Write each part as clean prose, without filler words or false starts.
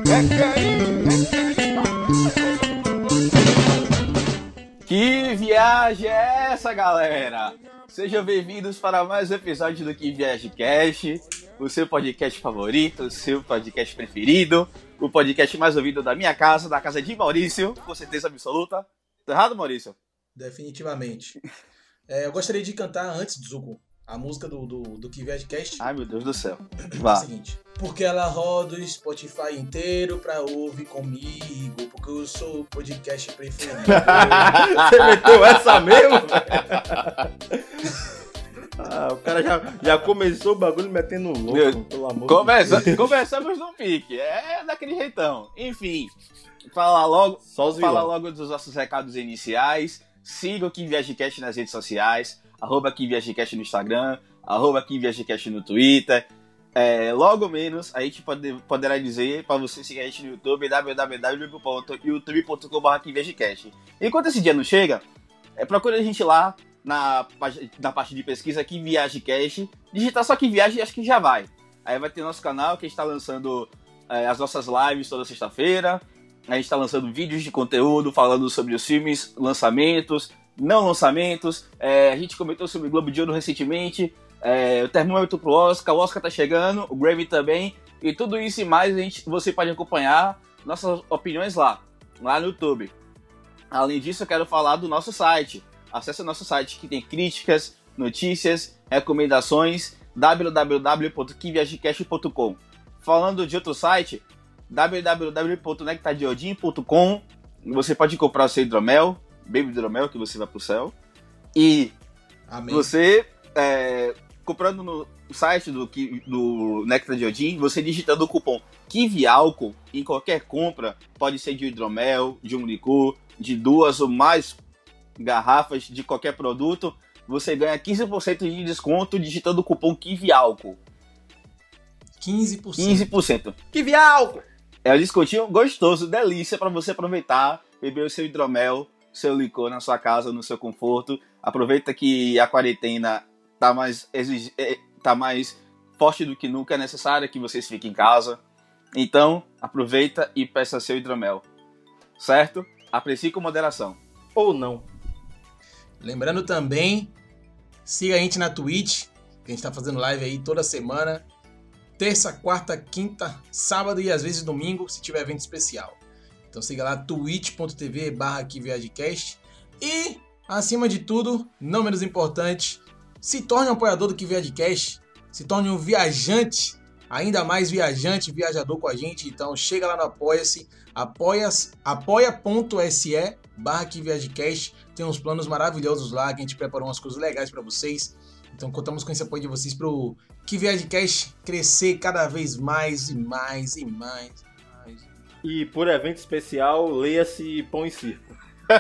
Que viagem é essa, galera? Sejam bem-vindos para mais um episódio do Que Viagem Cast, o seu podcast favorito, o seu podcast preferido, o podcast mais ouvido da minha casa, da casa de Maurício, com certeza absoluta. Tá errado, Maurício? Definitivamente. Eu gostaria de cantar antes, Zuko, a música do Que Viagem Cast. Ai, meu Deus do céu. Vá. É o seguinte. Porque ela roda o Spotify inteiro pra ouvir comigo, porque eu sou o podcast preferido. Você meteu essa mesmo? O cara já começou o bagulho metendo louco, pelo amor de Deus. Começamos no pique, é daquele jeitão. Enfim, fala logo dos nossos recados iniciais. Siga o Que Viagem Cast nas redes sociais, @QueViagemCast no Instagram, @QueViagemCast no Twitter. Logo menos, a gente poderá dizer para você seguir a gente no YouTube, www.youtube.com/QueViagemCast. Enquanto esse dia não chega, procura a gente lá na parte de pesquisa Que Viagem Cast, digitar só Que Viagem e acho que já vai. Aí vai ter nosso canal que a gente está lançando as nossas lives toda sexta-feira. A gente está lançando vídeos de conteúdo falando sobre os filmes, lançamentos, não lançamentos. A gente comentou sobre o Globo de Ouro recentemente. O termômetro pro Oscar, o Oscar tá chegando, o Grammy também. E tudo isso e mais você pode acompanhar nossas opiniões lá no YouTube. Além disso, eu quero falar do nosso site. Acesse o nosso site que tem críticas, notícias, recomendações, www.queviagemcast.com. Falando de outro site, www.nectardeodin.com. Você pode comprar o seu hidromel, baby hidromel, que você vai pro céu. E Amém. Você, comprando no site do Nectar de Odin, você digitando o cupom KIVIALCOOL em qualquer compra, pode ser de hidromel, de um licor, de 2 ou mais garrafas de qualquer produto, você ganha 15% de desconto digitando o cupom KIVIALCOOL. 15%. KIVIALCOOL! É um descontinho gostoso, delícia para você aproveitar, beber o seu hidromel, seu licor na sua casa, no seu conforto. Aproveita que a quarentena tá mais forte do que nunca, é necessário que vocês fiquem em casa. Então, aproveita e peça seu hidromel. Certo? Aprecie com moderação. Ou não. Lembrando também, siga a gente na Twitch, que a gente tá fazendo live aí toda semana. Terça, quarta, quinta, sábado e às vezes domingo, se tiver evento especial. Então siga lá, twitch.tv/QueViagemCast. E, acima de tudo, não menos importante, se torne um apoiador do Que Viagem Cast, se torne um viajante, ainda mais viajante, viajador com a gente. Então chega lá no Apoia-se, apoia.se/QueViagemCast. Tem uns planos maravilhosos lá, que a gente preparou umas coisas legais para vocês. Então contamos com esse apoio de vocês pro Que Viagem Cast crescer cada vez mais e mais e mais. E por evento especial, leia-se Pão e Circo.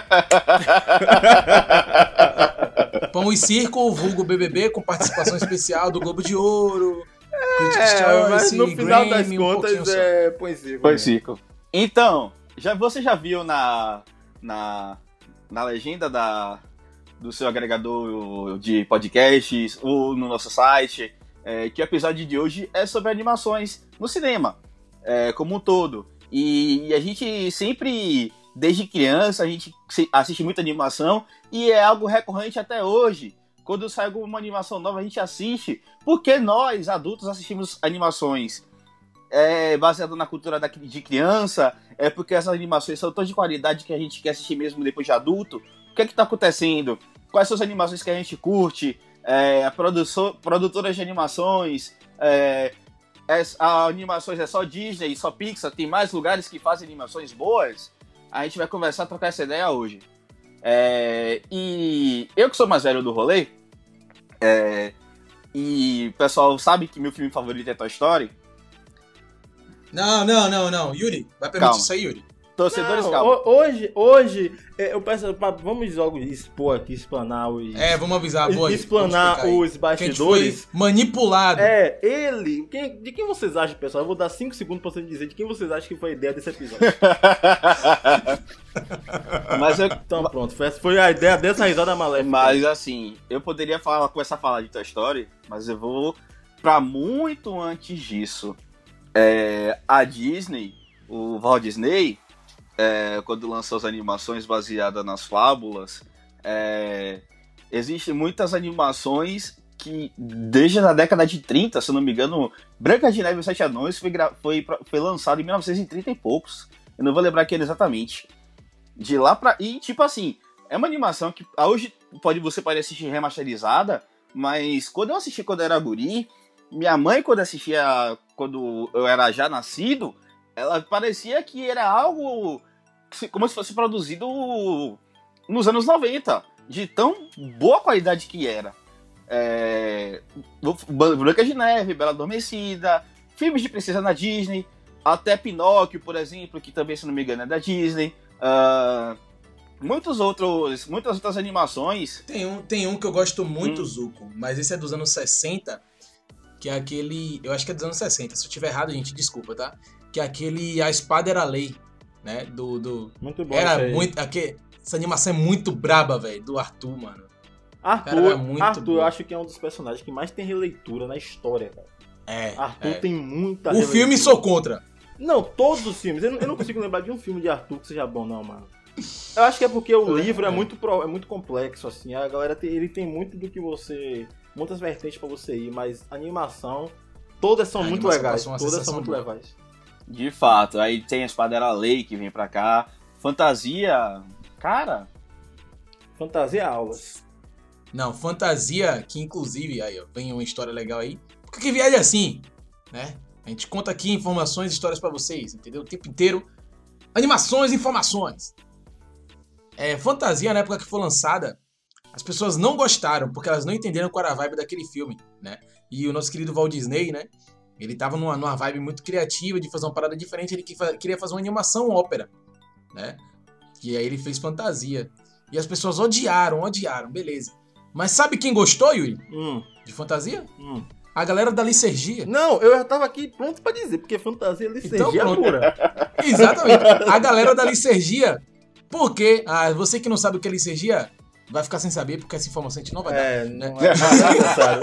Pão e Circo, vulgo BBB, com participação especial do Globo de Ouro. Mas no final das contas é Pão e Circo. Pão e Circo. Então, você já viu na legenda do seu agregador de podcasts ou no nosso site que o episódio de hoje é sobre animações no cinema, como um todo. E a gente sempre, desde criança, a gente assiste muita animação e é algo recorrente até hoje. Quando sai alguma animação nova, a gente assiste, porque nós, adultos, assistimos animações baseadas na cultura de criança, porque essas animações são tão de qualidade que a gente quer assistir mesmo depois de adulto. O que é que tá acontecendo? Quais são as animações que a gente curte? Produtoras de animações, as animações é só Disney, só Pixar, tem mais lugares que fazem animações boas? A gente vai conversar, trocar essa ideia hoje. E eu que sou mais velho do rolê, e o pessoal sabe que meu filme favorito é Toy Story. Não, Yuri, vai permitir isso aí, Yuri? Torcedores, não, calma. Hoje eu peço, vamos logo expor aqui, explanar os... vamos avisar, boa. Explanar os bastidores. Foi manipulado. De quem vocês acham, pessoal? Eu vou dar 5 segundos pra vocês dizer de quem vocês acham que foi a ideia desse episódio. Então pronto, foi a ideia dessa risada maléfica. Mas assim, eu poderia começar a falar de Toy Story, mas eu vou pra muito antes disso. A Disney o Walt Disney, quando lançou as animações baseadas nas fábulas, existem muitas animações que, desde a década de 30, se eu não me engano, Branca de Neve e os Sete Anões foi lançado em 1930 e poucos. Eu não vou lembrar aqui exatamente. De lá pra... E, tipo assim, é uma animação que hoje você pode assistir remasterizada, mas quando eu assisti quando eu era guri, minha mãe, quando assistia quando eu era já nascido, ela parecia que era algo como se fosse produzido nos anos 90, de tão boa qualidade que era. Branca de Neve, Bela Adormecida, filmes de princesa na Disney, até Pinóquio, por exemplo, que também, se não me engano, é da Disney. Muitas outras animações. Tem um que eu gosto muito, Zuko, mas esse é dos anos 60, que é aquele... Eu acho que é dos anos 60, se eu tiver errado, gente, desculpa, tá? Que é aquele A Espada Era a Lei, né? Muito bom. Era muito... Essa animação é muito braba, velho, do Arthur, mano. Arthur, eu acho que é um dos personagens que mais tem releitura na história, cara. Arthur tem muita releitura. O filme sou contra. Não, todos os filmes. Eu não consigo lembrar de um filme de Arthur que seja bom, não, mano. Eu acho que é porque o livro é muito complexo, assim. A galera ele tem muito do que você... Muitas vertentes pra você ir, mas a animação, todas são muito legais. Todas são muito legais. De fato. Aí tem a Espada Era a Lei que vem pra cá. Fantasia... Cara... Fantasia aulas. Não, fantasia, que inclusive, aí ó, vem uma história legal aí. Porque que viagem assim, né? A gente conta aqui informações e histórias pra vocês, entendeu? O tempo inteiro. Animações e informações. Fantasia, na época que foi lançada, as pessoas não gostaram, porque elas não entenderam qual era a vibe daquele filme, né? E o nosso querido Walt Disney, né? Ele tava numa vibe muito criativa de fazer uma parada diferente, ele queria fazer uma animação ópera, né? E aí ele fez fantasia. E as pessoas odiaram, beleza. Mas sabe quem gostou, Yuri? De fantasia? A galera da Licergia. Não, eu já tava aqui pronto pra dizer, porque fantasia Licergia então, pura. Exatamente. A galera da Licergia, porque você que não sabe o que é Licergia, vai ficar sem saber, porque essa informação a gente não vai dar. Não é necessário.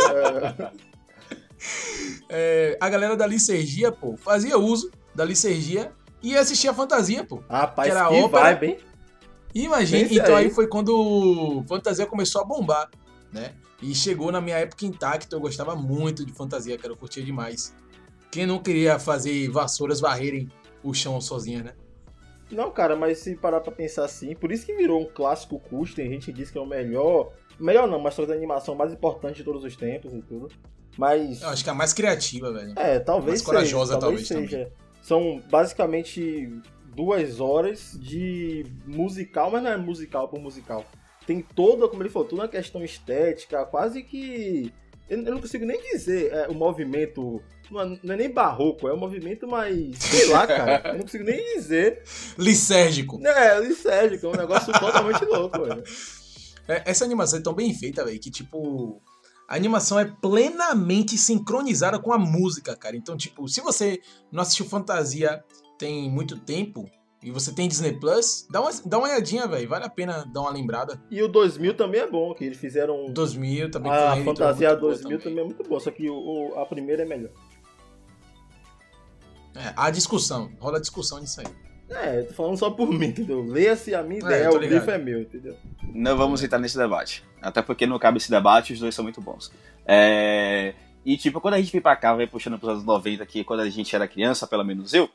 A galera da Licergia, pô, fazia uso da Licergia e assistia a fantasia, pô. Rapaz, que era que ópera. vibe, hein? Imagina, então aí foi quando fantasia começou a bombar, né? E chegou na minha época intacta, eu gostava muito de fantasia, cara, eu curtia demais. Quem não queria fazer vassouras varrerem o chão sozinha, né? Não, cara, mas se parar pra pensar assim, por isso que virou um clássico cult, tem gente que diz que é o melhor não, mas talvez a animação mais importante de todos os tempos e tudo. Mas... Eu acho que é a mais criativa, velho. Talvez mais corajosa, talvez seja. também. São basicamente 2 horas de musical, mas não é musical por musical. Tem toda, como ele falou, toda uma questão estética, quase que... Eu não consigo nem dizer o movimento... Não é nem barroco, é um movimento mais... Sei lá, cara. Eu não consigo nem dizer. Licérgico. Licérgico. É um negócio totalmente louco, velho. Essa animação é tão bem feita, velho, que, tipo... A animação é plenamente sincronizada com a música, cara. Então, tipo, se você não assistiu Fantasia tem muito tempo... E você tem Disney Plus, dá uma olhadinha, velho. Vale a pena dar uma lembrada. E o 2000 também é bom, que eles fizeram... 2000 também. A Fantasia 2000 também é muito boa, só que a primeira é melhor. A discussão. Rola discussão nisso aí. Eu tô falando só por mim, entendeu? Leia-se a minha ideia, o grifo é meu, entendeu? Não vamos entrar nesse debate. Até porque não cabe esse debate, os dois são muito bons. E, tipo, quando a gente vem pra cá, vai puxando pros anos 90 aqui, quando a gente era criança, pelo menos eu...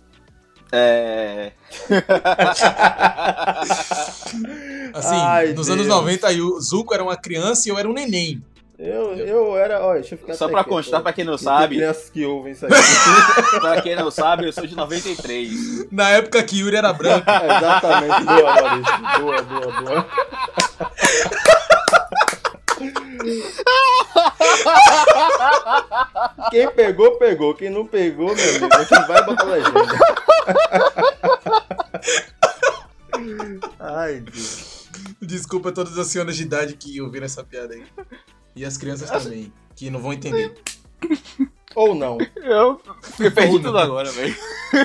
Assim, nos anos 90 aí o Zuko era uma criança e eu era um neném. Eu era, olha, deixa eu ficar só pra constar, pra quem não sabe. Crianças que ouvem isso aqui. Pra quem não sabe, eu sou de 93. Na época que Yuri era branco. Exatamente, boa, Maurício. Boa. Quem pegou. Quem não pegou, meu amigo, a gente vai botar legenda. Ai, Deus. Desculpa a todas as senhoras de idade que ouviram essa piada aí. E as crianças também, que não vão entender. Ou não. Eu perdi tudo agora, velho.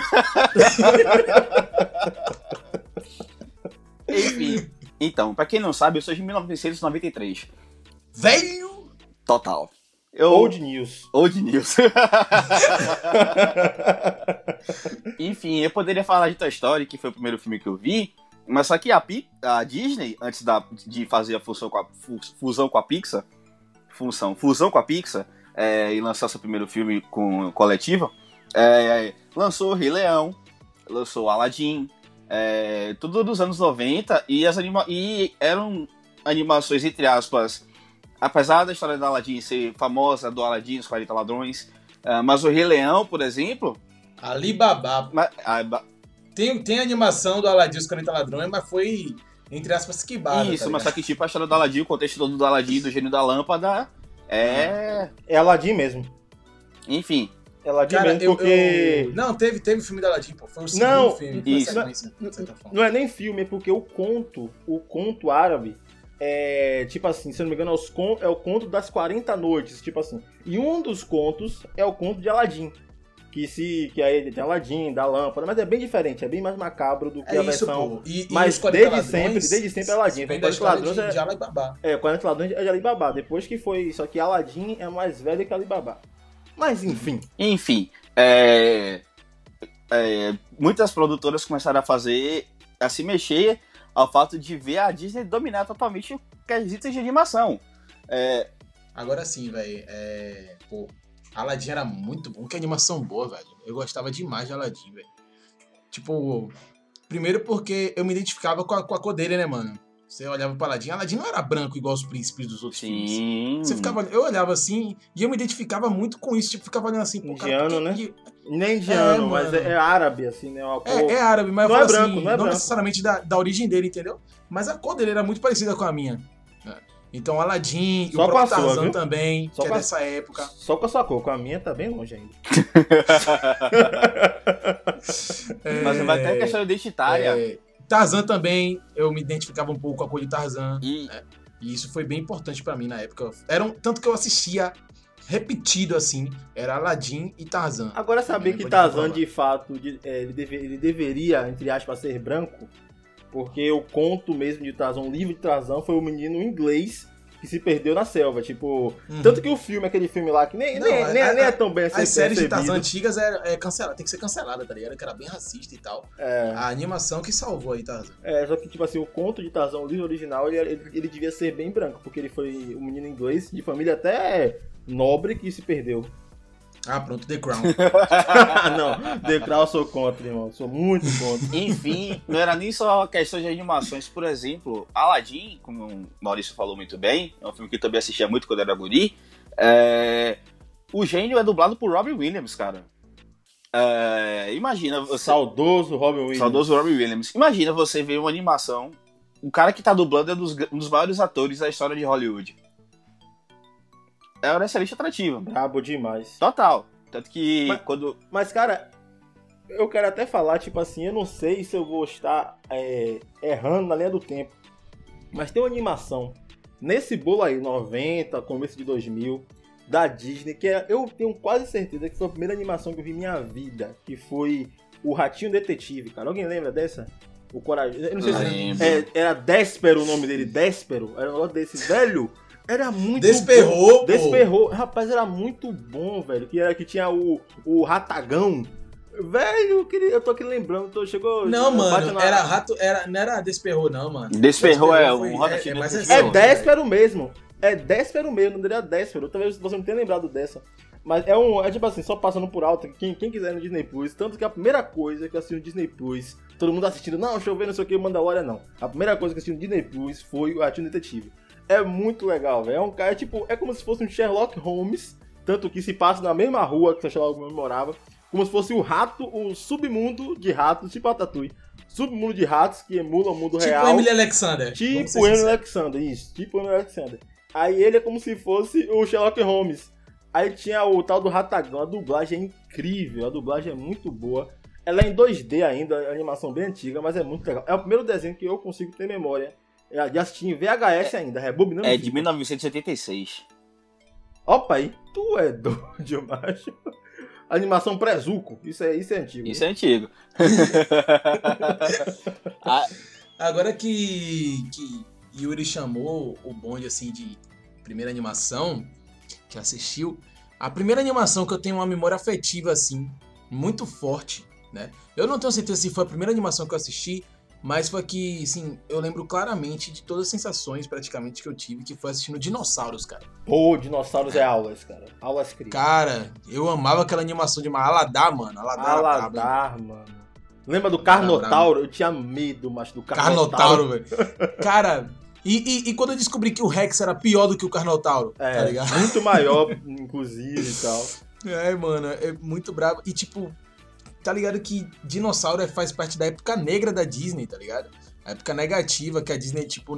Enfim. Então, pra quem não sabe, eu sou de 1993. Velho! Total. Old News. Old News. Enfim, eu poderia falar de Toy Story, que foi o primeiro filme que eu vi, mas só que a Disney, antes de fazer a fusão com a Pixar, e lançar seu primeiro filme com coletiva, lançou o Rei Leão, lançou Aladdin, tudo dos anos 90, e eram animações, entre aspas, apesar da história do Aladdin ser famosa, do Aladdin, os 40 Ladrões, mas o Rei Leão, por exemplo... Alibaba. Tem a animação do Aladdin, os 40 Ladrões, mas foi, entre aspas, quibada. Isso, mas só que tipo a história do Aladdin, o contexto todo do Aladdin, do Gênio da Lâmpada, É Aladdin mesmo. Enfim. É Aladdin mesmo, porque... Não, teve filme do Aladdin, pô. Foi o segundo filme. Isso. Não é nem filme, é porque o conto árabe... tipo assim, se eu não me engano, é o conto das 40 noites, tipo assim. E um dos contos é o conto de Aladdin. Que aí tem Aladdin, da lâmpada, mas é bem diferente, é bem mais macabro do que a versão. Mas desde sempre é Aladdin. Vem da história de Alibaba. 40 Ladrões é de Alibaba. Depois que foi. Só que Aladdin é mais velho que Alibaba. Mas enfim. Muitas produtoras começaram a se mexer ao fato de ver a Disney dominar totalmente o quesito de animação. Agora sim, velho. Aladdin era muito bom. Que animação boa, velho. Eu gostava demais de Aladdin, velho. Tipo, primeiro porque eu me identificava com a cor dele, né, mano? Você olhava pro Aladdin. Aladdin não era branco igual os príncipes dos outros filmes. Eu olhava assim e eu me identificava muito com isso. Tipo, ficava olhando assim... Indiano, né? Não é indiano, mas é árabe, assim, né? É árabe, mas não eu é falo branco, assim, não é branco. Necessariamente da origem dele, entendeu? Mas a cor dele era muito parecida com a minha. Então, Aladdin e o próprio Tarzan também, que é dessa época. Só com a sua cor, com a minha tá bem longe ainda. Mas vai ter a questão identitária. Tarzan também, eu me identificava um pouco com a cor de Tarzan. E isso foi bem importante pra mim na época. Tanto que eu assistia repetido assim, era Aladdin e Tarzan. Agora, saber que Tarzan, de fato, ele deveria, entre aspas, ser branco, porque o conto mesmo de Tarzan, o livro de Tarzan, foi o menino inglês que se perdeu na selva, tipo... Tanto que o filme, aquele filme lá, que nem é tão bem assim. As séries de Tarzan antigas tem que ser cancelada, tá ligado? Que era bem racista e tal. A animação que salvou aí Tarzan. Só que, tipo assim, o conto de Tarzan, o livro original, ele devia ser bem branco, porque ele foi um menino inglês, de família até nobre, que se perdeu. Pronto, The Crown. Não, The Crown eu sou contra, irmão. Sou muito contra. Enfim, não era nem só questão de animações. Por exemplo, Aladdin, como o Maurício falou muito bem, é um filme que eu também assistia muito quando era guri. O gênio é dublado por Robin Williams, cara. Imagina você... Saudoso Robin Williams. Imagina você ver uma animação, o cara que tá dublando é um dos maiores atores da história de Hollywood. É uma excelente atrativa. Brabo demais. Total. Tanto que Mas, cara, eu quero até falar, tipo assim, eu não sei se eu vou estar errando na linha do tempo, mas tem uma animação nesse bolo aí, 90, começo de 2000, da Disney, que eu tenho quase certeza que foi a primeira animação que eu vi em minha vida, que foi o Ratinho Detetive, cara. Alguém lembra dessa? O Coragem... Eu não sei se era Déspero o nome dele, Déspero. Era um negócio desse, velho... Era muito bom. Desperrou. Rapaz, era muito bom, velho. Que tinha o Ratagão. Velho, eu tô aqui lembrando. Não, mano. Não era Desperrou, não, mano. Desperrou é um Ratinho. É Déspero mesmo. É Déspero mesmo. Não era Déspero. Talvez você não tenha lembrado dessa. Mas é tipo assim, só passando por alto. Quem quiser no Disney Plus. Tanto que a primeira coisa que eu assisti no Disney Plus, todo mundo assistindo, não, deixa eu ver, não sei o que, Mandalorian, não. A primeira coisa que eu assisti no Disney Plus foi o Ratinho Detetive. É muito legal, velho. É um cara, tipo, é como se fosse um Sherlock Holmes, tanto que se passa na mesma rua que o Sherlock Holmes morava, como se fosse o submundo de ratos, tipo Ratatouille. Submundo de ratos que emula o mundo real. Tipo Emily Alexander. Tipo Emily Alexander, isso. Tipo Emily Alexander. Aí ele é como se fosse o Sherlock Holmes. Aí tinha o tal do Ratagão. A dublagem é incrível, a dublagem é muito boa. Ela é em 2D ainda, a animação bem antiga, mas é muito legal. É o primeiro desenho que eu consigo ter memória. De assistir em VHS ainda, rebobinando. É de 1976. Opa, aí tu é doido, macho. Animação pré-Zuko, isso é antigo. Isso é antigo. Agora que Yuri chamou o bonde assim de primeira animação, que assistiu, a primeira animação que eu tenho uma memória afetiva, assim, muito forte, né? Eu não tenho certeza se foi a primeira animação que eu assisti, mas foi que, assim, eu lembro claramente de todas as sensações, praticamente, que eu tive, que foi assistindo Dinossauros, cara. Pô, Dinossauros é aulas, cara. Aulas críticas. Cara, eu amava aquela animação de Aladar, mano. Aladar, mano. Lembra do Carnotauro? Eu tinha medo, macho, do Carnotauro, velho. Cara, e quando eu descobri que o Rex era pior do que o Carnotauro, tá ligado? Muito maior, inclusive, e tal. É, mano, é muito brabo. E, tipo, tá ligado que Dinossauro faz parte da época negra da Disney, tá ligado? A época negativa, que a Disney, tipo,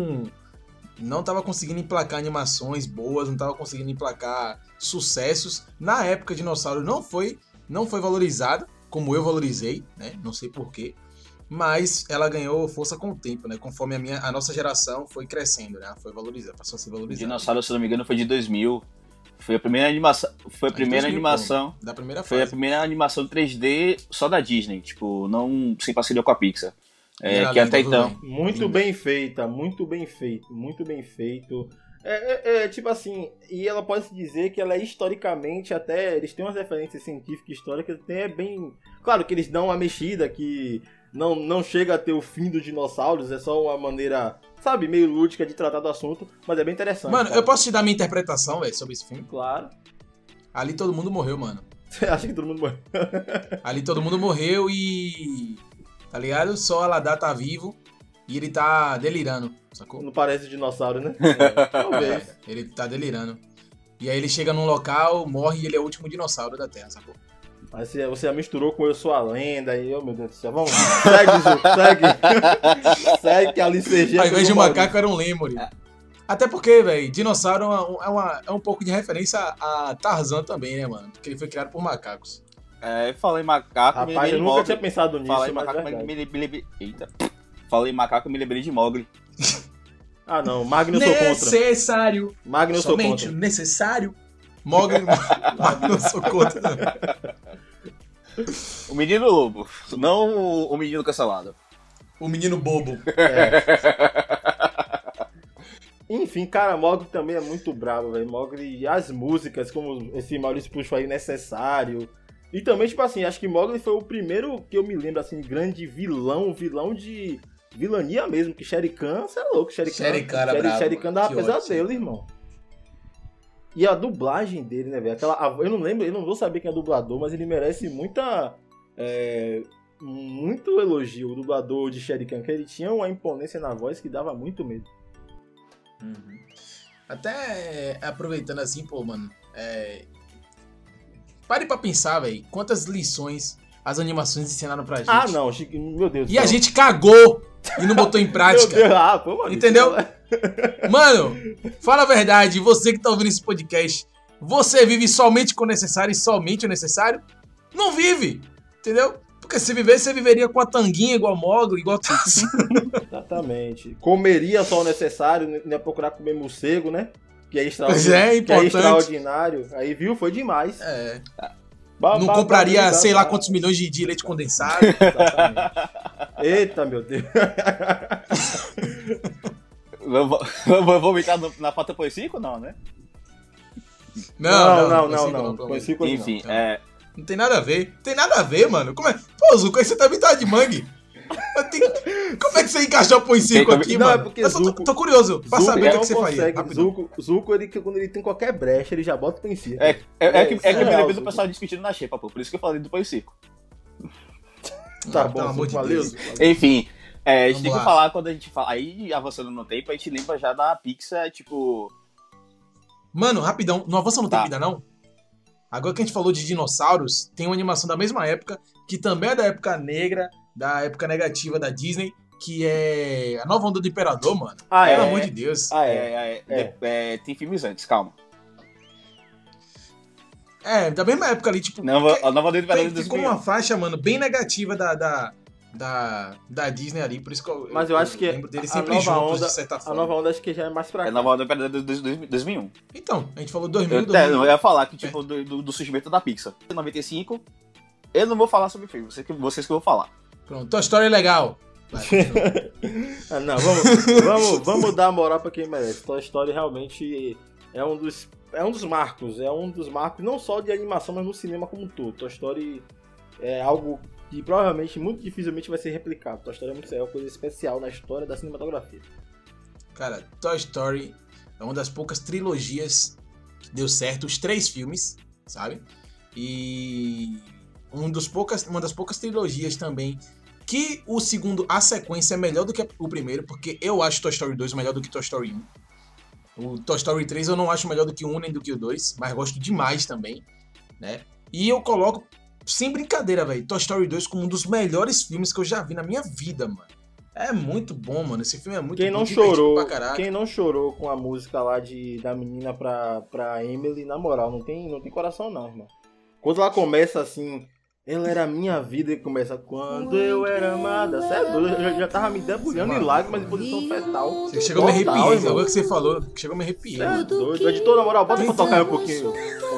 não tava conseguindo emplacar animações boas, não tava conseguindo emplacar sucessos. Na época, Dinossauro não foi valorizada, como eu valorizei, né? Não sei porquê. Mas ela ganhou força com o tempo, né? Conforme a nossa geração foi crescendo, né? Foi valorizada, passou a ser valorizada. Dinossauro, se não me engano, foi de 2000. Foi a primeira animação. Foi a primeira 2000, animação. Da primeira fase. Foi a primeira animação 3D só da Disney, tipo, não sem parceria com a Pixar. Que até então. Muito bem feita, muito bem feito, muito bem feito. Tipo assim, e ela pode se dizer que ela é historicamente até. Eles têm umas referências científicas e históricas, até bem. Claro que eles dão uma mexida que não chega a ter o fim dos dinossauros, é só uma maneira, sabe, meio lúdica de tratar do assunto, mas é bem interessante. Mano, cara. eu posso te dar minha interpretação, velho, sobre esse filme? Claro. Ali todo mundo morreu, mano. Você acha que todo mundo morreu? Ali todo mundo morreu e. Tá ligado? Só Aladar tá vivo e ele tá delirando, sacou? Não parece dinossauro, né? Talvez. Ele tá delirando. E aí ele chega num local, morre e ele é o último dinossauro da Terra, sacou? Aí você já misturou com Eu Sou a Lenda e, oh meu Deus do céu, vamos, segue, Zu, segue. Segue que ali seja. Ao invés de um macaco era um lêmure. Até porque, velho, dinossauro é um pouco de referência a Tarzan também, né, mano? Porque ele foi criado por macacos. Falei macaco, Rapaz, me lembrei eu de nunca Mogli. tinha pensado nisso, Falei mas macaco, verdade. me lembrei. Eita. Falei macaco, me lembrei de Mogli. Ah não, Magno eu sou contra. Necessário. Magno eu sou Somente contra. necessário. Mogli, Magno eu sou contra. O menino lobo, não o menino cancelado. O menino bobo. Enfim, cara, Mogli também é muito brabo, velho. Mogli, as músicas, como esse Maurício puxou aí, Necessário. E também, tipo assim, acho que Mogli foi o primeiro que eu me lembro, assim, grande vilão de vilania mesmo, que Shere Khan, você é louco, Shere Khan era brabo. Shere Khan dava pesadelo, irmão. E a dublagem dele, né, velho? Eu não lembro, eu não vou saber quem é dublador, mas ele merece muito elogio, o dublador de Shere Khan, que ele tinha uma imponência na voz que dava muito medo. Uhum. Até aproveitando assim, pô, mano, pare pra pensar, velho, quantas lições as animações ensinaram pra gente. Ah, não, meu Deus do E céu. a gente cagou e não botou em prática. Meu Deus, pô, mano, entendeu? Mano, fala a verdade, você que tá ouvindo esse podcast, você vive somente com o necessário e somente o necessário? Não vive, entendeu? Porque se vivesse, você viveria com a tanguinha igual Mogli, igual Tarzan. Exatamente. Comeria só o necessário, não ia procurar comer morcego, né? Que é importante. Que é extraordinário. Aí, viu? Foi demais. Não compraria sei lá quantos milhões de leite condensado. Exatamente. Eita, meu Deus. Vou vomitar na Fata Põe 5 não, né? Não. Põe 5 Enfim, não tem nada a ver. Tem nada a ver, mano. Como é? Pô, Zuko, aí você tá metade de mangue. Como é que você encaixou o Põe 5 aqui, não, mano? É porque Zuko, tô curioso pra saber o que você faria. Zuko, quando ele tem qualquer brecha, ele já bota o Põe 5. Que eu me lembrei do pessoal discutindo na xepa, pô. Por isso que eu falei do Põe 5. Tá bom, valeu. Enfim, a gente tem que falar quando a gente fala. Aí, avançando no tempo, a gente lembra já da Pixar, tipo. Mano, rapidão, não avança no tempo ainda não? Agora que a gente falou de dinossauros, tem uma animação da mesma época, que também é da época negra, da época negativa da Disney, que é A Nova Onda do Imperador, mano. Pelo amor de Deus. Tem filmes antes, calma. Da mesma época ali, tipo... A Nova Onda do Imperador ficou uma faixa, mano, bem negativa da Disney ali, por isso que mas eu acho que lembro deles sempre juntos, de certa a forma. Nova Onda acho que já é mais pra cá. É a Nova Onda do Imperador de 2001. Então, a gente falou 2000, eu ia falar que, tipo, do surgimento da Pixar. Em 95, eu não vou falar sobre o filme, vocês que eu vou falar. Pronto, tua história é legal. Não, vamos dar moral pra quem merece. Toy Story realmente é um dos marcos não só de animação, mas no cinema como um todo. Toy Story é algo que provavelmente, muito dificilmente vai ser replicado. Toy Story é uma coisa especial na história da cinematografia. Cara, Toy Story é uma das poucas trilogias que deu certo, os 3 filmes, sabe? E uma das poucas trilogias também que a sequência é melhor do que o primeiro, porque eu acho Toy Story 2 melhor do que Toy Story 1. O Toy Story 3 eu não acho melhor do que o 1 nem do que o 2, mas gosto demais também, né? E eu coloco, sem brincadeira, velho, Toy Story 2 como um dos melhores filmes que eu já vi na minha vida, mano. É muito bom, mano. Esse filme é muito quem bom. Quem não chorou com a música lá da menina pra Emily, na moral, não tem coração não, irmão. Quando ela começa assim, ela era a minha vida, e começa quando eu era amada. Sério, eu já tava me debulhando em lágrimas em posição fetal. Você chegou a me arrepiar, agora que você falou, chegou a me arrepiar. É doido. Editor, na moral, bota pra tocar um pouquinho.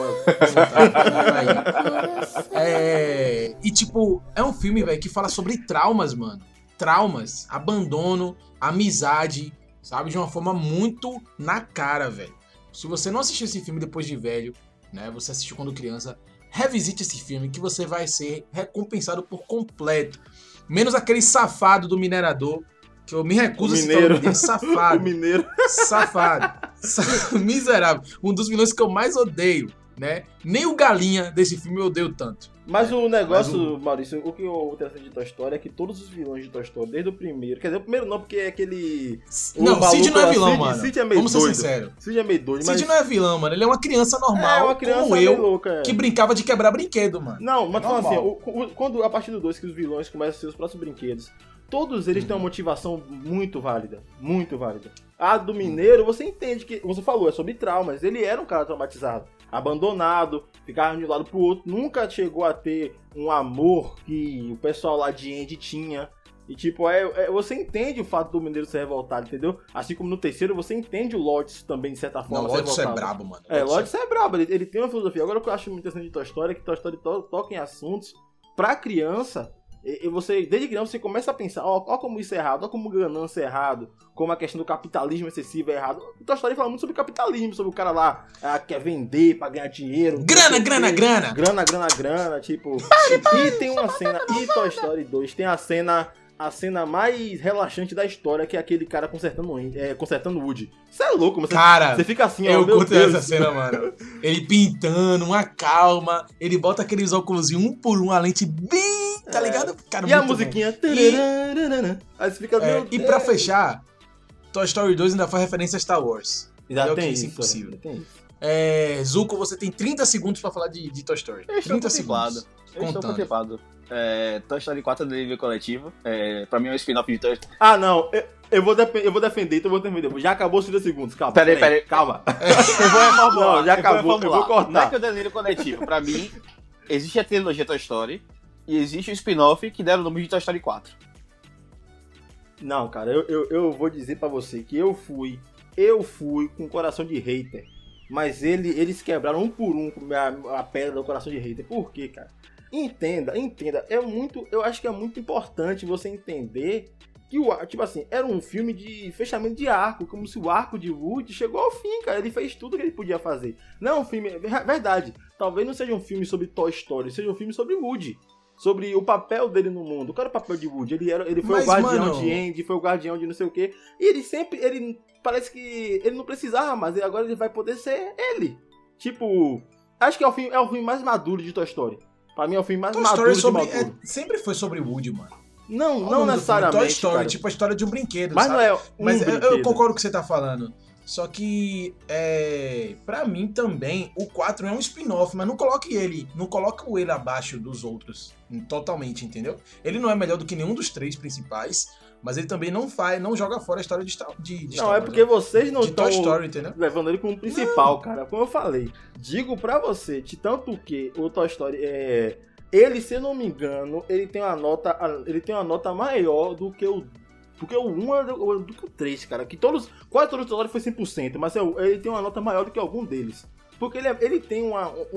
E tipo, é um filme, velho, que fala sobre traumas, mano. Traumas, abandono, amizade, sabe? De uma forma muito na cara, velho. Se você não assistiu esse filme depois de velho, né? Você assistiu quando criança, revisite esse filme que você vai ser recompensado por completo. Menos aquele safado do minerador, que eu me recuso a citar o nome dele, safado. O mineiro. Safado. Miserável. Um dos vilões que eu mais odeio, né? Nem o Galinha desse filme eu odeio tanto. Mas o negócio, Maurício, o que eu interessante de Toy Story é que todos os vilões de Toy Story, desde o primeiro, quer dizer, o primeiro não, porque é aquele... Não, Sid não é vilão, mano. Sid é meio Vamos doido. ser sinceros. Sid é meio doido, mas... Sid não é vilão, mano. Ele é uma criança normal, é uma criança como eu, louca, que brincava de quebrar brinquedo, mano. Não, mas falando assim, quando a partir do 2 que os vilões começam a ser os próximos brinquedos, todos eles têm uma motivação muito válida, muito válida. A do mineiro, você entende que, você falou, é sobre traumas. Ele era um cara traumatizado, abandonado, ficava de um lado pro outro, nunca chegou a ter um amor que o pessoal lá de Andy tinha. E tipo, você entende o fato do mineiro ser revoltado, entendeu? Assim como no terceiro, você entende o Lodge também, de certa forma, não, ser Lodge é brabo, mano. Lodge é brabo, ele tem uma filosofia. Agora o que eu acho muito interessante de Toy Story é que Toy Story toca em assuntos pra criança. E você, desde criança, você começa a pensar, ó como isso é errado, ó como ganância é errado, como a questão do capitalismo excessivo é errado. O Toy Story fala muito sobre capitalismo, sobre o cara lá quer vender pra ganhar dinheiro. Grana, tipo... E tem uma cena, e Toy Story 2 tem a cena mais relaxante da história, que é aquele cara consertando o Woody. Isso é louco, mas cara, você fica assim, ó, eu meu curto Deus. essa cena, mano. Ele pintando, uma calma, ele bota aqueles óculos um por um, a lente bem, tá ligado? Cara, e a musiquinha... Aí você fica, meu Deus. E pra fechar, Toy Story 2 ainda faz referência a Star Wars. Já tem isso, isso, impossível. tem isso. Zuko, você tem 30 segundos pra falar de Toy Story. Eu estou 30 segundos. Eu estou contemplado. Toy Story 4 é delírio coletivo. Pra mim é um spin-off de Toy Story. Ah, não. Eu vou defender, então eu vou defender. Já acabou os 30 segundos, calma. Peraí. Calma. Eu vou reformular. Não, já acabou, eu vou cortar. Não é que é o delírio coletivo. Pra mim, existe a trilogia Toy Story e existe o spin-off que deram o nome de Toy Story 4. Não, cara, eu vou dizer pra você que eu fui com coração de hater. Mas eles quebraram um por um a pedra do coração de hater. Por quê, cara? Entenda. Eu acho que é muito importante você entender que tipo assim, era um filme de fechamento de arco, como se o arco de Woody chegou ao fim, cara. Ele fez tudo que ele podia fazer. Não é um filme, verdade, talvez não seja um filme sobre Toy Story, seja um filme sobre Woody. Sobre o papel dele no mundo. Qual era o papel de Woody? Ele foi o guardião de Andy, foi o guardião de não sei o quê. E ele parece que ele não precisava mais, e agora ele vai poder ser ele. Tipo, acho que é o filme mais maduro de Toy Story. Pra mim é o filme mais maduro de maduro. Sempre foi sobre Woody, mano. Não necessariamente, Toy Story, cara. tipo a história de um brinquedo, mas sabe? Não é mas eu concordo com o que você tá falando. Só que, pra mim também, o 4 é um spin-off, mas não coloca ele abaixo dos outros, totalmente, entendeu? Ele não é melhor do que nenhum dos 3 principais, mas ele também não joga fora a história de Star Wars. Não, é porque vocês não estão levando ele como principal, cara. Como eu falei, digo pra você, de tanto que o Toy Story ele, se eu não me engano, ele tem uma nota maior do que o 1 do que o 3, cara. Que quase todos os Toy Story foi 100%, mas ele tem uma nota maior do que algum deles. Porque ele tem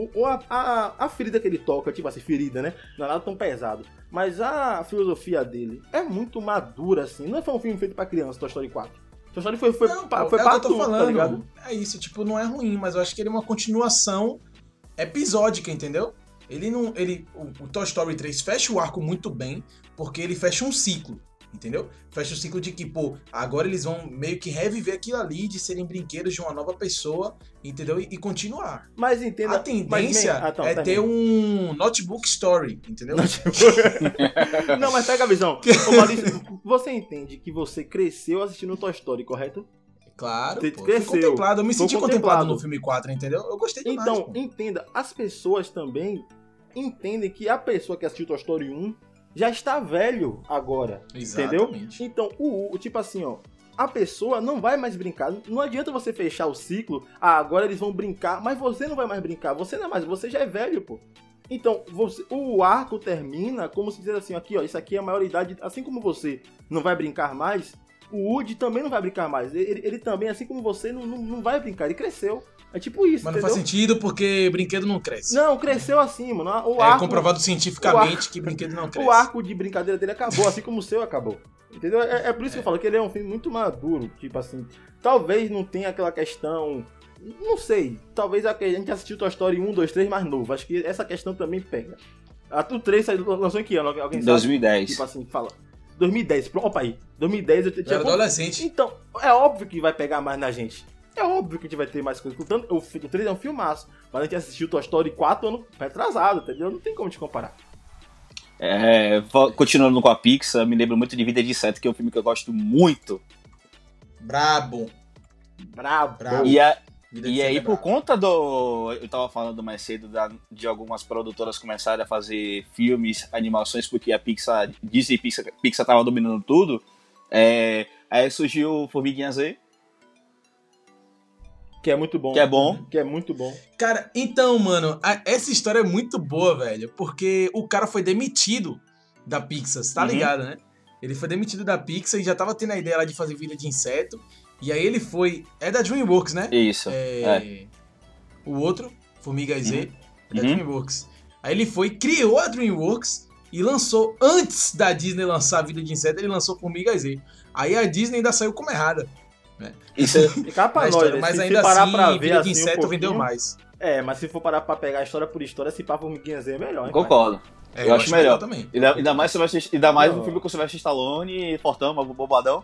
a ferida que ele toca, tipo assim, ferida, né? Não é nada tão pesado. Mas a filosofia dele é muito madura, assim. Não foi um filme feito pra criança, Toy Story 4. Toy Story foi Não, pra pô, é o que eu tô tudo, falando. tá ligado? É isso, tipo, não é ruim, mas eu acho que ele é uma continuação episódica, entendeu? O Toy Story 3 fecha o arco muito bem, porque ele fecha um ciclo, entendeu? Fecha o ciclo de que, pô, agora eles vão meio que reviver aquilo ali, de serem brinquedos de uma nova pessoa, entendeu? E continuar. Mas entenda... A tendência é ter um notebook story, entendeu? Não, mas pega a visão. Ô, Maurício, você entende que você cresceu assistindo Toy Story, correto? Claro, Você pô. cresceu. Fui contemplado, eu me Foi senti contemplado no filme 4, entendeu? Eu gostei demais, Então, pô. entenda, as pessoas também entendem que a pessoa que assistiu Toy Story 1 já está velho agora, entendeu? Exatamente. Então, tipo assim, ó, a pessoa não vai mais brincar. Não adianta você fechar o ciclo, agora eles vão brincar, mas você não vai mais brincar, você não é mais, você já é velho, pô. Então, o arco termina como se dizer assim, aqui, ó, isso aqui é a maioridade, assim como você não vai brincar mais, o Woody também não vai brincar mais. Ele também, assim como você, não vai brincar, ele cresceu. É tipo isso, Mas não entendeu? faz sentido porque brinquedo não cresce. Não, cresceu assim, mano. É comprovado cientificamente que brinquedo não cresce. O arco de brincadeira dele acabou, assim como o seu acabou. Entendeu? É por isso que eu falo que ele é um filme muito maduro. Tipo assim, talvez não tenha aquela questão... Não sei. Talvez a gente assistiu Toy Story 1, 2, 3 mais novo. Acho que essa questão também pega. O 3 lançou em que ano? Alguém sabe? 2010. Tipo assim, fala. 2010. Opa aí. 2010 eu tinha... Era adolescente. Então, é óbvio que vai pegar mais na gente. É óbvio que a gente vai ter mais coisas. O 3 é um filmaço. Mas a gente assistiu Toy Story 4 ano retrasado, entendeu? Não tem como te comparar. Continuando com a Pixar, me lembro muito de Vida de Inseto, que é um filme que eu gosto muito. Brabo. E aí, por conta do... Eu tava falando mais cedo de algumas produtoras começarem a fazer filmes, animações, porque a Pixar, Disney e Pixar tava dominando tudo. Aí surgiu Formiguinha Z. Que é muito bom. Que é muito bom. Cara, então, mano, essa história é muito boa, velho. Porque o cara foi demitido da Pixar, tá ligado, né? Ele foi demitido da Pixar e já tava tendo a ideia lá de fazer Vida de Inseto. E aí ele foi... É da DreamWorks, né? Isso. O outro, Formiga Z, é da DreamWorks. Aí ele foi, criou a DreamWorks e lançou, antes da Disney lançar a Vida de Inseto, ele lançou Formiga Z. Aí a Disney ainda saiu como errada. Né? Isso ficar pra nós, mas se ainda parar assim, pra ver Vida de assim, Inseto vendeu mais. Mas se for parar pra pegar história por história, se pá Formiguinha Z é melhor, hein? Concordo. Eu acho melhor também. Ainda mais um filme com o Sylvester Stallone, Fortão, bobadão.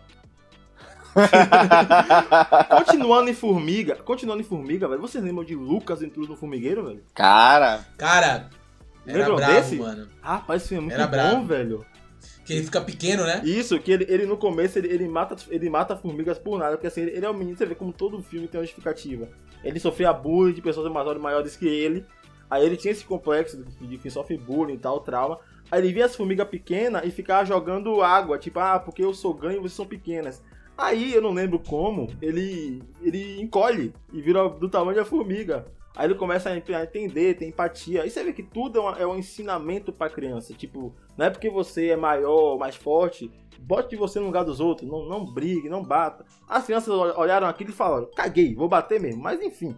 Continuando em Formiga, velho. Vocês lembram de Lucas Intruso no Formigueiro, velho? Cara, era lembram bravo, desse? mano. Rapaz, esse filme é muito Era bom, bravo. velho. Que ele fica pequeno, né? Isso, que ele no começo ele mata formigas por nada, porque assim, ele é um menino, você vê como todo filme tem uma justificativa. Ele sofria bullying de pessoas maiores que ele, aí ele tinha esse complexo de que sofre bullying e tal, trauma. Aí ele via as formigas pequenas e ficava jogando água, tipo, porque eu sou grande e vocês são pequenas. Aí, eu não lembro como, ele encolhe e vira do tamanho da formiga. Aí ele começa a entender, tem empatia. Aí você vê que tudo é um ensinamento pra criança. Tipo, não é porque você é maior, mais forte, bote você no lugar dos outros. Não brigue, não bata. As crianças olharam aquilo e falaram, caguei, vou bater mesmo. Mas enfim.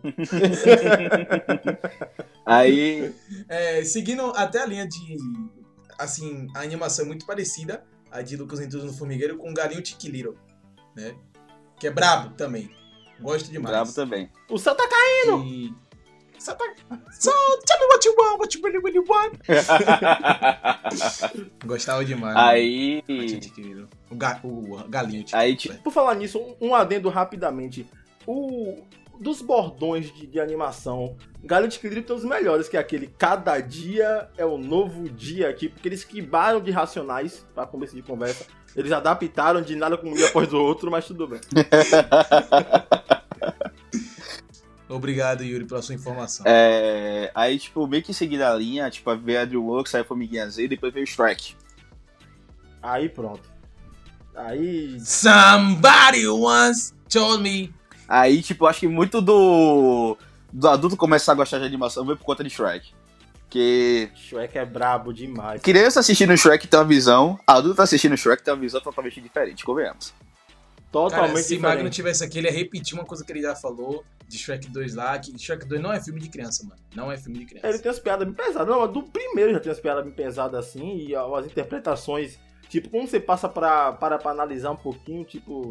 aí... Seguindo até a linha de... Assim, a animação é muito parecida, a de Lucas Intruso no Formigueiro, com o Galinho Chiquiliro, né? Que é brabo também. Gosto demais. Brabo também. O céu tá caindo! So, tell me what you want, what you really, really want. Gostava demais. Aí... O Galinho. Aí, Por falar nisso, um adendo rapidamente. Dos bordões de animação, Galinho de Quilírio tem os melhores, que é aquele cada dia é um novo dia aqui, porque eles quebraram de Racionais, pra começo de conversa. Eles adaptaram de nada como um dia após o outro, mas tudo bem. Obrigado, Yuri, pela sua informação. Aí, tipo, meio que em seguida a linha, tipo, veio a DreamWorks, aí a Formiguinha Z, depois veio o Shrek. Aí pronto. Aí... Somebody once told me. Aí, tipo, acho que muito do adulto começar a gostar de animação veio por conta de Shrek. Porque... Shrek é brabo demais. Criança assistindo Shrek tem uma visão, adulto assistindo Shrek tem uma visão totalmente diferente, convenhamos. Totalmente Cara, se diferente. Magno tivesse aqui, ele ia repetir uma coisa que ele já falou de Shrek 2 lá, que Shrek 2 não é filme de criança, mano. Não é filme de criança. Ele tem as piadas bem pesadas. Não, do primeiro já tem as piadas bem pesadas assim, e as interpretações, tipo, quando você passa pra analisar um pouquinho, tipo,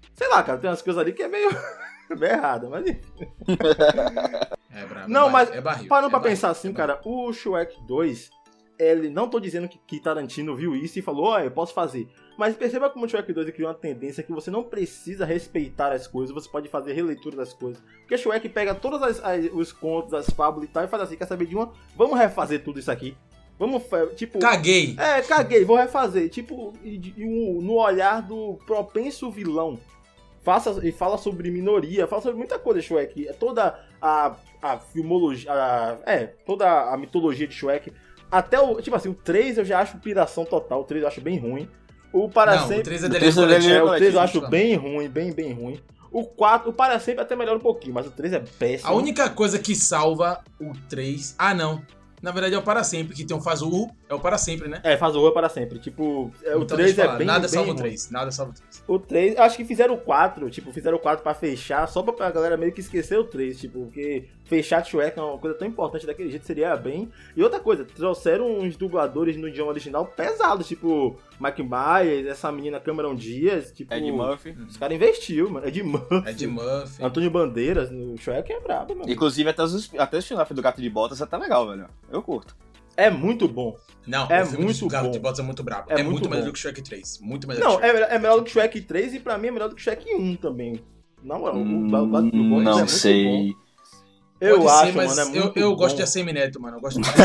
Sei lá, cara, tem umas coisas ali que é meio errada, mas enfim. É brabo. Não, mas é barril. parando pra barril, pensar assim, cara, o Shrek 2, ele não tô dizendo que Tarantino viu isso e falou, eu posso fazer. Mas perceba como o Shrek 2 criou uma tendência que você não precisa respeitar as coisas, você pode fazer releitura das coisas. Porque Shrek pega todos os contos, as fábulas e tal, e faz assim, quer saber de uma? Vamos refazer tudo isso aqui. Vamos, tipo... Caguei. Caguei, vou refazer. Tipo, no olhar do propenso vilão. Fala sobre minoria, fala sobre muita coisa, Shrek. Toda a filmologia, toda a mitologia de Shrek. Até o, tipo assim, o 3 eu já acho piração total, o 3 eu acho bem ruim. O Para Não, Sempre... o 3 é delírio coletivo. O 3 eu acho bem ruim, bem ruim. O 4, o Para Sempre até melhora um pouquinho, mas o 3 é péssimo. A única coisa que salva o 3... Ah, não. Na verdade é o Para Sempre, que tem um Fazurro, é o Para Sempre, né? Faz o Para Sempre. Tipo, o Então, 3 é bem nada salva bem o 3, nada salva o 3. O 3, acho que fizeram o 4, fizeram o 4 pra fechar, só pra galera meio que esquecer o 3, porque fechar Shrek é uma coisa tão importante daquele jeito, seria bem. E outra coisa, trouxeram uns dubladores no idioma original pesados, tipo Mike Myers, essa menina Cameron Diaz, tipo... Ed Murphy. Os caras investiu, mano. Ed Murphy. Antônio Bandeiras, no Shrek é brabo, mano. Inclusive, até os final do Gato de Botas tá legal, velho. Eu curto. É muito bom. Não, é o filme muito do Gato bom. de Botas é muito brabo. É É muito muito melhor bom. do que o Shrek 3. Muito melhor do Não, que o Shrek. é melhor do que o Shrek 3 e pra mim é melhor do que o Shrek 1 também. Na moral, o Gato de Botas é Não muito sei. bom. Eu Pode acho, ser, mas mano, é muito eu bom. gosto de ACM Neto, mano. Eu gosto muito.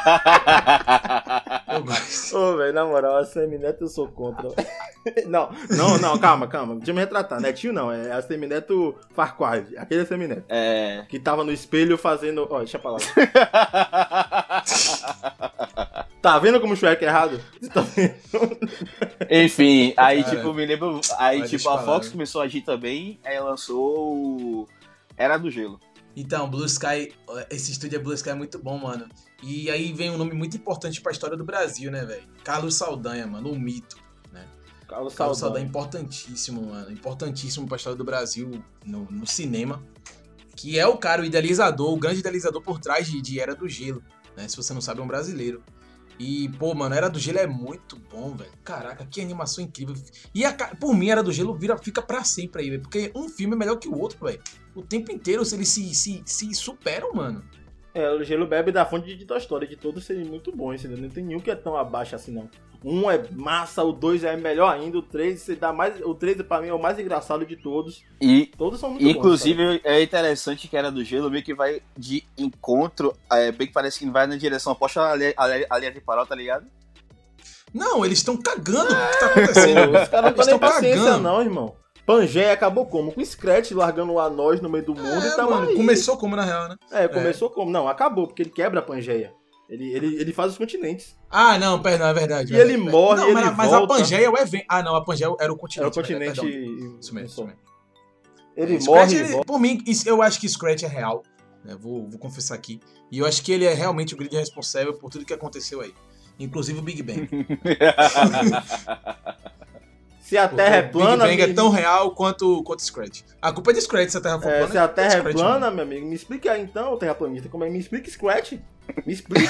Eu gosto. Ô, velho, na moral, a Semineto eu sou contra. Não, calma. Deixa eu me retratar. Netinho não, é a Semineto Farquaad. Aquele Semineto. Que tava no espelho fazendo... Ó, deixa pra lá. Tá vendo como o Shrek é errado? Você tá vendo? Enfim, aí Cara, tipo, me lembro... Aí vai tipo, a disparar, Fox né? começou a agir também, aí lançou o Era do Gelo. Então, Blue Sky, esse estúdio Blue Sky é muito bom, mano. E aí vem um nome muito importante pra história do Brasil, né, velho? Carlos Saldanha, mano, o mito, né? Carlos Saldanha é Saldanha. importantíssimo, mano. Importantíssimo pra história do Brasil no cinema. Que é o cara, o idealizador, o grande idealizador por trás de Era do Gelo, né? Se você não sabe, é um brasileiro. E, pô, mano, Era do Gelo é muito bom, velho. Caraca, que animação incrível. E, por mim, Era do Gelo fica pra sempre aí, velho. Porque um filme é melhor que o outro, velho. O tempo inteiro, eles se superam, mano. O Gelo bebe da fonte de Toy Story, de todos serem muito bons, entendeu? Não tem nenhum que é tão abaixo assim, não. Um é massa, o 2 é melhor ainda, o 3 você dá mais. O 3 pra mim é o mais engraçado de todos. E, Todos são muito bons. inclusive, é interessante que Era do Gelo meio que vai de encontro, bem que parece que vai na direção oposta à linha de Paró, tá ligado? Não, eles estão cagando o que tá acontecendo. Os caras não Eles têm tão paciência, cagando. não, irmão. Pangeia acabou como? Com Scratch largando a nós no meio do mundo e tá Mano, aí. começou como na real, né? Começou como? Não, acabou, porque ele quebra a Pangeia. Ele faz os continentes. Ah, não, perdão, é verdade. E ele morre, não, ele mas a volta. Pangeia é o evento. Ah, não, a Pangeia era o continente. Era o continente. Perdão. Isso mesmo. Ele Scratch, morre e volta. por mim, eu acho que Scratch é real. Né? Vou confessar aqui. E eu acho que ele é realmente o grande responsável por tudo que aconteceu aí. Inclusive o Big Bang. Se a Terra é plana... O Big Bang é tão real quanto Scratch. A culpa é de Scratch se a Terra for plana. Se a Terra é Scratch, plana, mano. meu amigo, me explica aí então, terraplanista, como é? Me explica Scratch. Me explica.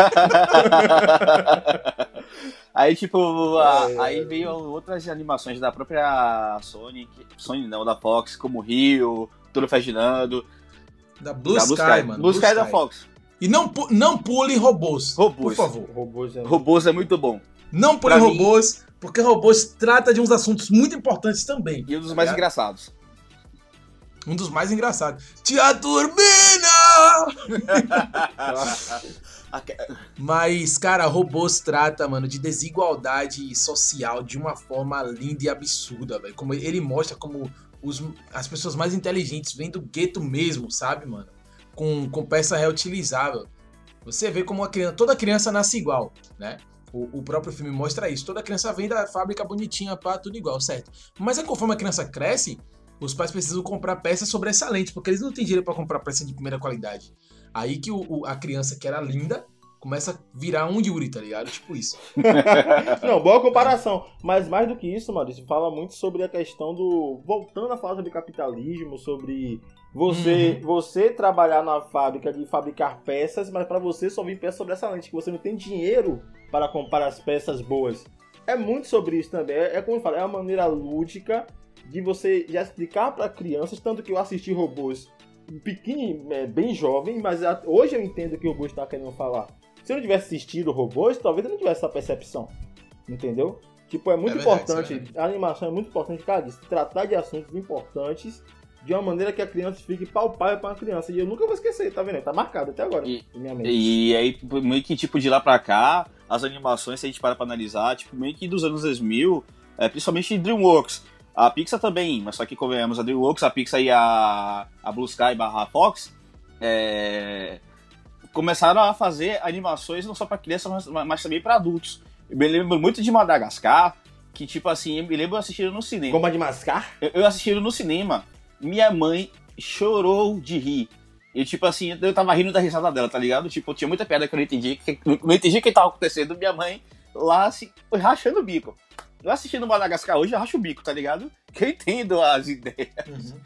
Aí, tipo, aí veio outras animações da própria Sony não, da Fox, como Rio, Toro Ferdinando. Da Blue Sky, mano. Blue Sky é da Fox. E não pule robôs. Por favor. Robôs é muito bom. Não pule Pra robôs, porque robôs trata de uns assuntos muito importantes também. E um dos mais engraçados. Um dos mais engraçados. Tia Turbina! Mas, cara, robôs trata, mano, de desigualdade social de uma forma linda e absurda, velho. Como ele mostra como as pessoas mais inteligentes vêm do gueto mesmo, sabe, mano? Com peça reutilizável. Você vê como toda criança nasce igual, né? O próprio filme mostra isso. Toda criança vem da fábrica bonitinha, pá, tudo igual, certo? Mas conforme a criança cresce, os pais precisam comprar peças sobressalentes, porque eles não têm dinheiro pra comprar peça de primeira qualidade. Aí que a criança que era linda começa a virar um Yuri, tá ligado? Tipo isso. Não, boa comparação. Mas mais do que isso, Maurício, fala muito sobre a questão do... Voltando a falar sobre capitalismo, sobre você trabalhar na fábrica de fabricar peças, mas pra você só vir peças sobressalentes, que você não tem dinheiro para comprar as peças boas. é muito sobre isso também. É como eu falo, é uma maneira lúdica de você já explicar para crianças, tanto que eu assisti Robôs pequeno, bem jovem, mas hoje eu entendo o que o Robôs está querendo falar. Se eu não tivesse assistido Robôs, talvez eu não tivesse essa percepção, entendeu? Tipo, é muito importante, a animação é muito importante, cara, de se tratar de assuntos importantes de uma maneira que a criança fique palpável para a criança. E eu nunca vou esquecer, tá vendo? Tá marcado até agora na minha mente. E aí, meio que, tipo, de lá pra cá, as animações, se a gente para pra analisar, tipo, meio que dos anos 2000, principalmente DreamWorks. A Pixar também, mas só que convenhamos, a DreamWorks, a Pixar e a Blue Sky / Fox começaram a fazer animações não só pra crianças, mas também pra adultos. Eu me lembro muito de Madagascar, que tipo assim, eu me lembro assistindo no cinema. Goma de mascar? Eu assistindo no cinema, minha mãe chorou de rir. E tipo assim, eu tava rindo da risada dela, tá ligado? Tipo, tinha muita piada que eu não entendi, o que tava acontecendo. Minha mãe lá, assim, rachando o bico. Eu assistindo Madagascar hoje, eu racho o bico, tá ligado? Que eu entendo as ideias. Uhum.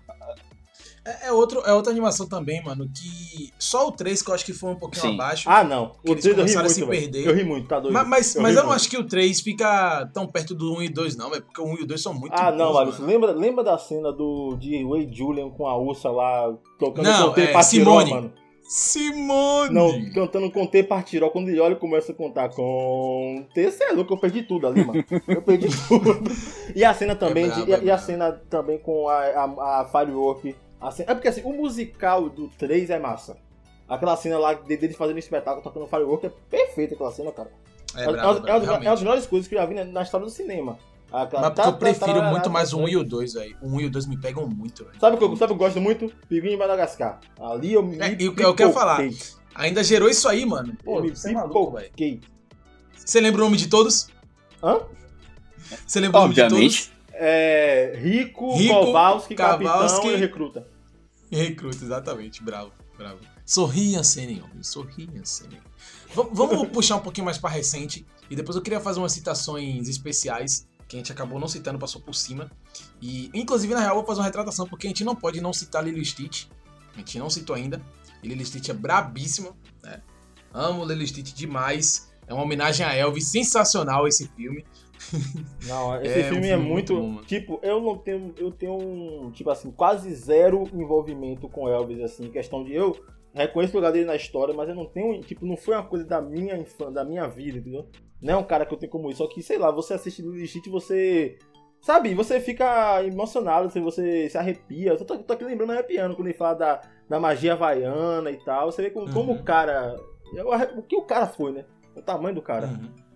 É outra animação também, mano, que só o 3 que eu acho que foi um pouquinho abaixo. Ah, não. O 3 começaram a se perder. Eu ri muito, tá doido. Mas eu não acho que o 3 fica tão perto do 1 e 2, não, porque o 1 e o 2 são muito bons, não, Maurício. Lembra da cena de Ray Julian com a Ursa lá, tocando Conte Partirol, mano? Simone! Não, cantando Conte Partirol, quando ele olha e começa a contar Conte, você é louco, eu perdi tudo ali, mano. Eu perdi tudo. E a cena também, a cena também com a Firework. Porque assim, o musical do 3 é massa. Aquela cena lá dele fazendo espetáculo, tocando Firework, é perfeita aquela cena, cara. É uma das melhores coisas que eu já vi na história do cinema. Mas eu prefiro muito mais o 1 e o 2, velho. O 1 e o 2 me pegam muito, velho. Sabe o que eu gosto muito? Pinguim em Madagascar. Ali eu me e o que eu quero falar, ainda gerou isso aí, mano. Pô, você é maluco, velho. Você lembra o nome de todos? Hã? Você lembra o nome de todos? Rico, Kowalski, Capitão e Recruta. Recruta, exatamente. Bravo. Sorria, Senem, homem. Sorria, Senem. Vamos puxar um pouquinho mais pra recente. E depois eu queria fazer umas citações especiais que a gente acabou não citando, passou por cima. E, inclusive, na real, eu vou fazer uma retratação, porque a gente não pode não citar Lilo e Stitch. A gente não citou ainda. E Lilo e Stitch é brabíssima, né? Amo Lilo e Stitch demais. É uma homenagem a Elvis, sensacional esse filme. Não, esse filme é muito bom, tipo, eu tenho tipo assim, quase zero envolvimento com Elvis, assim, questão de eu reconheço o lugar dele na história, mas eu não tenho, tipo, não foi uma coisa da minha infância, da minha vida, entendeu? Não é um cara que eu tenho como isso, só que, sei lá, você assiste Lilo e Stitch, você, sabe, você fica emocionado, você se arrepia. Eu tô aqui lembrando, arrepiando, quando ele fala da magia havaiana e tal, você vê como o cara, o que o cara foi, né? O tamanho do cara.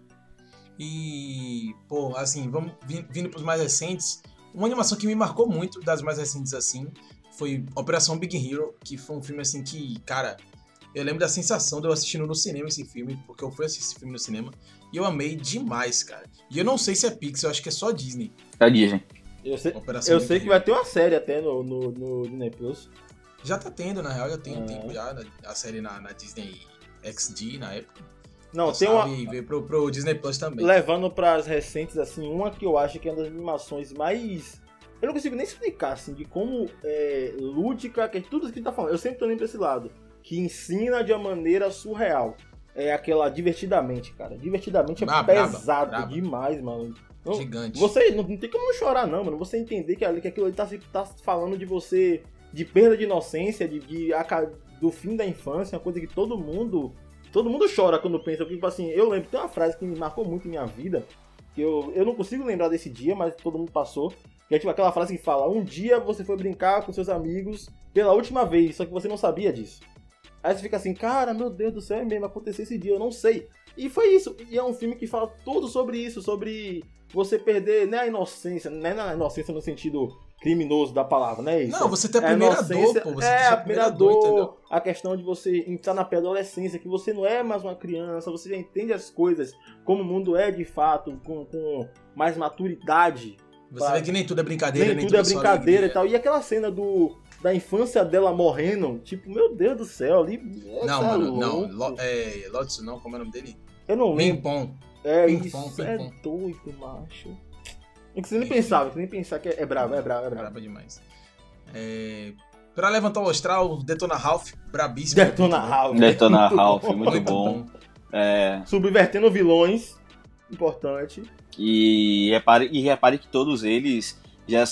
E, pô, assim, vamos vindo pros mais recentes. Uma animação que me marcou muito, das mais recentes, assim, foi Operação Big Hero, que foi um filme, assim, que, cara, eu lembro da sensação de eu assistindo no cinema esse filme, porque eu fui assistir esse filme no cinema, e eu amei demais, cara. E eu não sei se é Pixar, eu acho que é só Disney. É Disney. Eu sei que vai ter uma série até no Disney Plus. Já tá tendo, na real, já tem um tempo já, a série na Disney XD, na época. Não, tem uma... E veio pro Disney Plus também. Levando pras recentes, assim, uma que eu acho que é uma das animações mais... Eu não consigo nem explicar, assim, de como lúdica, que é tudo isso que a gente tá falando. Eu sempre tô indo pra esse lado. Que ensina de uma maneira surreal. É aquela Divertidamente, cara. Divertidamente é pesado demais, mano. Gigante. Você não tem como não chorar, não, mano. Você entender que aquilo ali tá falando de você... De perda de inocência, do fim da infância. Uma coisa que todo mundo chora quando pensa, porque, tipo assim, eu lembro, tem uma frase que me marcou muito em minha vida, que eu não consigo lembrar desse dia, mas todo mundo passou, que é tipo aquela frase que fala, um dia você foi brincar com seus amigos pela última vez, só que você não sabia disso. Aí você fica assim, cara, meu Deus do céu, é mesmo, aconteceu esse dia, eu não sei. E foi isso, e é um filme que fala tudo sobre isso, sobre você perder, né, a inocência, não é a inocência no sentido criminoso da palavra, né? Isso. Não, você tem a primeira dor, pô. Você a primeira dor, a questão de você entrar na pré-adolescência, que você não é mais uma criança, você já entende as coisas como o mundo é de fato, com mais maturidade. Você vê que nem tudo é brincadeira, nem tudo é brincadeira e tal. E aquela cena da infância dela morrendo, tipo, meu Deus do céu, ali... Não, mano, não. Lotso não, como é o nome dele? Eu não lembro. Pimpom. Isso é doido, macho. Não precisa nem pensar que é bravo. Bravo demais. Pra levantar o astral, Detona Ralph, brabíssimo. Detona Ralph, muito bom. Subvertendo vilões. importante. E repare que todos eles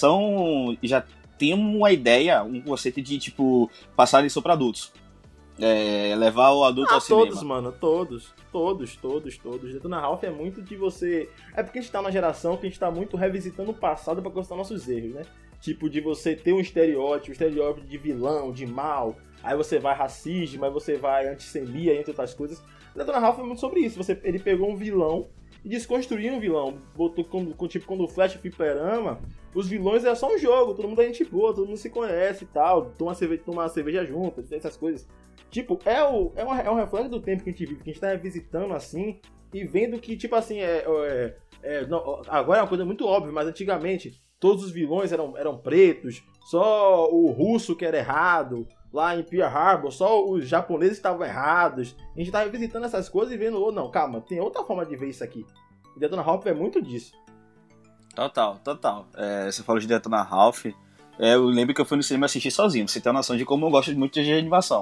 já tem uma ideia, um conceito de, tipo, passar isso para adultos. Levar o adulto ao cinema. Todos, mano, todos. Detona Ralph é muito de você... É porque a gente tá numa geração que a gente tá muito revisitando o passado pra constatar nossos erros, né? Tipo, de você ter um estereótipo de vilão, de mal, aí você vai racismo, aí você vai antissemia, entre outras coisas. Detona Ralph é muito sobre isso. Ele pegou um vilão e desconstruiu um vilão. Botou, tipo, quando o Flash fliperama, os vilões era só um jogo, todo mundo é gente boa, todo mundo se conhece e tal, toma uma cerveja junto, essas coisas. Tipo, é um reflexo do tempo que a gente vive, que a gente tá revisitando assim, e vendo que, tipo assim, não, agora é uma coisa muito óbvia, mas antigamente todos os vilões eram pretos, só o russo que era errado, lá em Pearl Harbor, só os japoneses estavam errados. A gente tá revisitando essas coisas e vendo, não, calma, tem outra forma de ver isso aqui. E Detona Ralph é muito disso. Total. Você falou de Detona Ralph, eu lembro que eu fui no cinema assistir sozinho, pra você ter uma noção de como eu gosto muito de animação.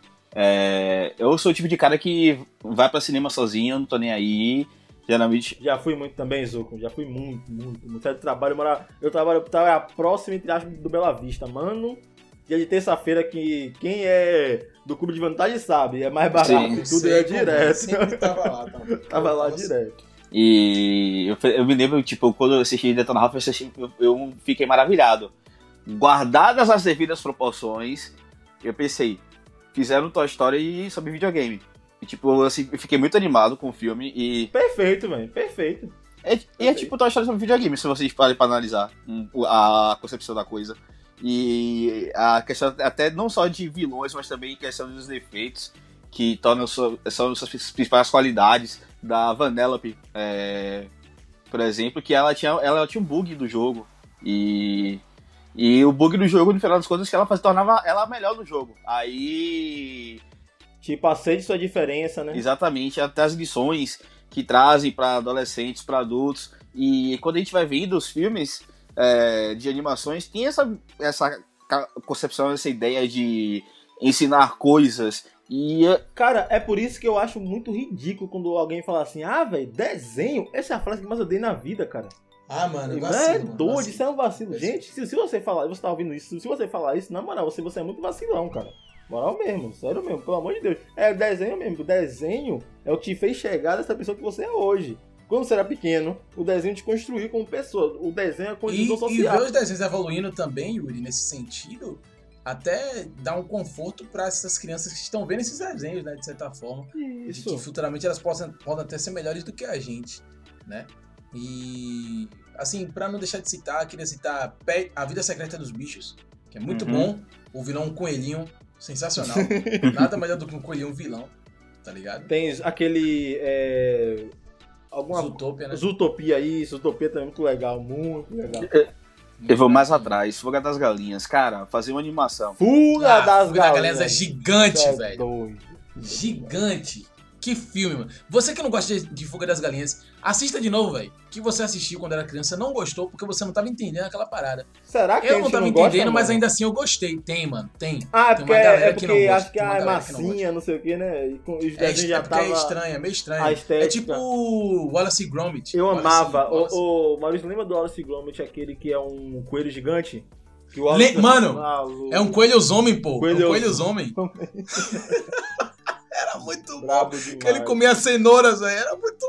Eu sou o tipo de cara que vai pra cinema sozinho, eu não tô nem aí, geralmente... Já fui muito também, Zuko, já fui muito. Sério, trabalho, eu tava próximo, entre aspas, do Bela Vista, mano. Dia de terça-feira, que quem é do Clube de Vantagem sabe, é mais barato. Sim, e tudo é direto. Sempre tava lá. Tava lá direto. E eu me lembro, tipo, quando eu assisti Detona Ralph, eu fiquei maravilhado. Guardadas as devidas proporções, eu pensei, fizeram Toy Story sobre videogame. E, tipo, assim, eu fiquei muito animado com o filme e... Perfeito, velho, perfeito. É tipo Toy Story sobre videogame, se vocês parem pra analisar a concepção da coisa. E a questão até não só de vilões, mas também questão dos defeitos, que são suas principais qualidades, da Vanellope, por exemplo, que ela tinha um bug do jogo. E o bug do jogo, no final das contas, que ela tornava ela melhor no jogo. Aí... Tipo, aceite sua diferença, né? Exatamente, até as lições que trazem para adolescentes, para adultos. E quando a gente vai vendo os filmes de animações, tem essa concepção, essa ideia de ensinar coisas. E... Cara, é por isso que eu acho muito ridículo quando alguém fala assim, velho, desenho, essa é a frase que mais eu dei na vida, cara. Mano, vacilo, doido, vacilo. isso é um vacilo. Gente, se você falar, você tá ouvindo isso, se você falar isso, na moral, você é muito vacilão, cara. Moral mesmo, sério mesmo, pelo amor de Deus. É desenho mesmo, o desenho é o que te fez chegar dessa pessoa que você é hoje. Quando você era pequeno, o desenho te construiu como pessoa. O desenho é a condição social. E ver os desenhos evoluindo também, Yuri, nesse sentido, até dá um conforto para essas crianças que estão vendo esses desenhos, né, de certa forma. Isso. De que futuramente elas podem até ser melhores do que a gente, né? E, assim, pra não deixar de citar, queria citar A Vida Secreta dos Bichos, que é muito bom. O vilão Coelhinho, sensacional. Nada melhor do que um coelhinho vilão, tá ligado? Tem aquele... Zootopia, né? Zootopia, isso. Zootopia também é muito legal, muito legal. Eu vou mais atrás, Fuga das Galinhas. Cara, fazer uma animação. Fuga das Galinhas é gigante, velho. Doido. Gigante. Que filme, mano. Você que não gosta de Fuga das Galinhas, assista de novo, velho. Que você assistiu quando era criança, não gostou porque você não tava entendendo aquela parada. Será que eu não tava entendendo, mas mano? ainda assim eu gostei. Tem, mano, tem. Tem uma galera que não gosta. Acho que é massinha, não sei o que, né? E os desenhos já tava... É meio estranho. A estética. É tipo Wallace e Gromit. Eu amava. O Maurício, lembra do Wallace e Gromit, aquele que é um coelho gigante? Que o Mano, é um coelho-homem, pô. É um coelho-homem. Era muito brabo bom. demais. Que ele comia cenouras, velho. Era muito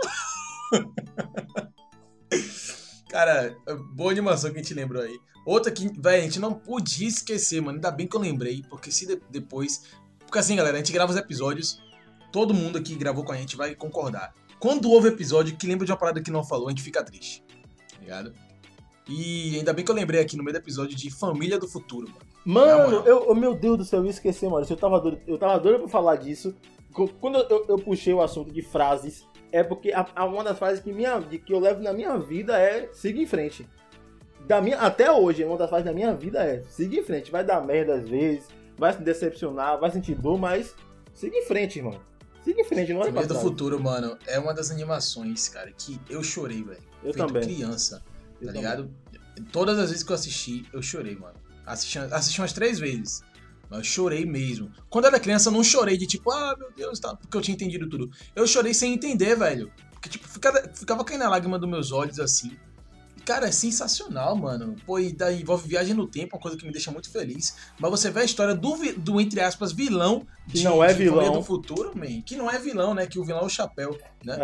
Cara, boa animação que a gente lembrou aí. Outra que, velho, a gente não podia esquecer, mano. Ainda bem que eu lembrei, porque se depois... Porque assim, galera, a gente grava os episódios, todo mundo aqui gravou com a gente vai concordar. Quando houve episódio que lembra de uma parada que não falou, a gente fica triste. Tá ligado? E ainda bem que eu lembrei aqui no meio do episódio de Família do Futuro, mano. Mano, meu Deus do céu, eu esqueci, mano. Eu tava doido pra falar disso. Quando eu puxei o assunto de frases, é porque uma das frases que eu levo na minha vida é siga em frente. Até hoje, uma das frases da minha vida é siga em frente. Vai dar merda às vezes, vai se decepcionar, vai sentir dor, mas siga em frente, irmão. Siga em frente, não olha pra trás. Família do Futuro, mano, é uma das animações, cara, que eu chorei, velho. Eu também. Criança, tá ligado? Todas as vezes que eu assisti, eu chorei, mano. Assisti umas 3 vezes. Mas eu chorei mesmo. Quando eu era criança, eu não chorei de tipo, meu Deus, tá, porque eu tinha entendido tudo. Eu chorei sem entender, velho. Porque, tipo, ficava caindo a lágrima dos meus olhos, assim. Cara, é sensacional, mano. Pô, e daí envolve viagem no tempo, uma coisa que me deixa muito feliz. Mas você vê a história do entre aspas, vilão Que não é vilão. Família do Futuro, man. Que não é vilão, né? Que o vilão é o Chapéu, né?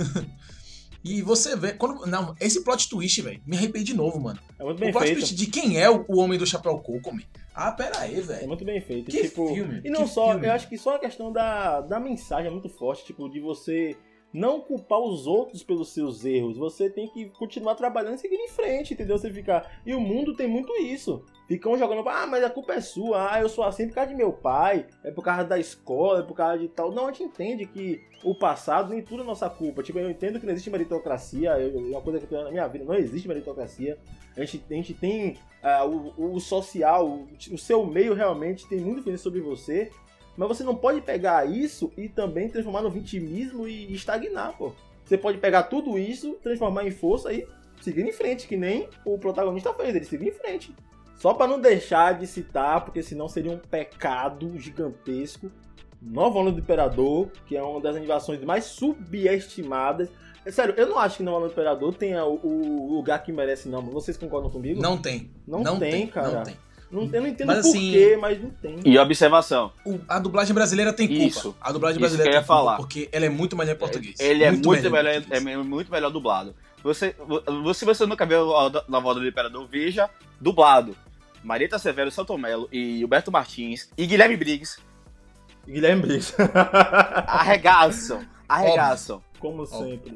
E você vê... Não, esse plot twist, velho, me arrepiei de novo, mano. É muito bem o plot feito. twist de quem é o Homem do Chapéu Coco, man. Ah, pera aí, velho. É muito bem feito. Que tipo, filme. E não que só, filme. eu acho que só a questão da mensagem é muito forte, tipo, de você não culpar os outros pelos seus erros. Você tem que continuar trabalhando e seguir em frente, entendeu? Você fica... E o mundo tem muito isso. Ficam jogando, mas a culpa é sua, eu sou assim por causa de meu pai, é por causa da escola, é por causa de tal. Não, a gente entende que o passado nem tudo é nossa culpa. Tipo, eu entendo que não existe meritocracia, uma coisa que eu tenho na minha vida, não existe meritocracia. A gente tem o social, o seu meio realmente tem muita influência sobre você, mas você não pode pegar isso e também transformar no vitimismo e estagnar, pô. Você pode pegar tudo isso, transformar em força e seguir em frente, que nem o protagonista fez, ele seguiu em frente. Só pra não deixar de citar, porque senão seria um pecado gigantesco, Nova Onda do Imperador, que é uma das animações mais subestimadas. Sério, eu não acho que Nova Onda do Imperador tenha o lugar que merece, não. Vocês concordam comigo? Não tem. Não tem, cara. Não tem. Eu não entendo Mas, porquê, mas não tem. E observação. A dublagem brasileira tem culpa. Isso. A dublagem Isso brasileira que eu tem ia culpa, falar. porque ela é muito melhor em português. Ele é muito melhor, em português. é muito melhor dublado. Se você nunca viu a Nova Onda do Imperador, veja dublado. Marieta Severo, Santo Melo e Huberto Martins e Guilherme Briggs Guilherme Briggs. arregaçam. Como sempre.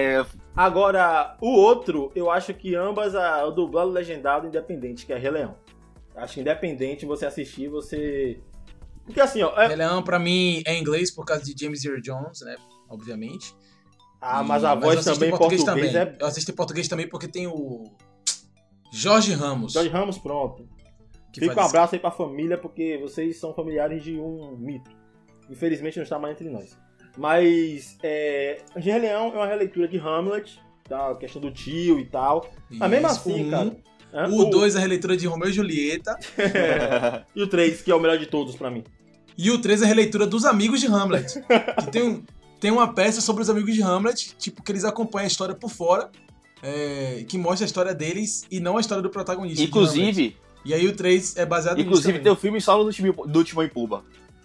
Agora, O outro, eu acho que ambas, o dublado e o legendado independente, que é Rei Leão. Acho que independente você assistir, você... Porque assim, ó... Rei Leão, pra mim, é em inglês por causa de James Earl Jones, né? Obviamente. Mas a voz também em português é... Eu assisto em português também porque tem o Jorge Ramos. Jorge Ramos, pronto. que Fica um faz abraço aí pra família, porque vocês são familiares de um mito. Infelizmente não está mais entre nós. Mas Rei Leão é uma releitura de Hamlet, tá? A questão do tio e tal. Mas mesmo assim, cara... O 2 é a releitura de Romeu e Julieta. E o 3, que é o melhor de todos pra mim. E o 3 é a releitura dos amigos de Hamlet. Que tem uma peça sobre os amigos de Hamlet, tipo, que eles acompanham a história por fora, que mostra a história deles e não a história do protagonista. inclusive... E aí o 3 é baseado nisso Inclusive também. tem o filme solo do Timão e Pumba.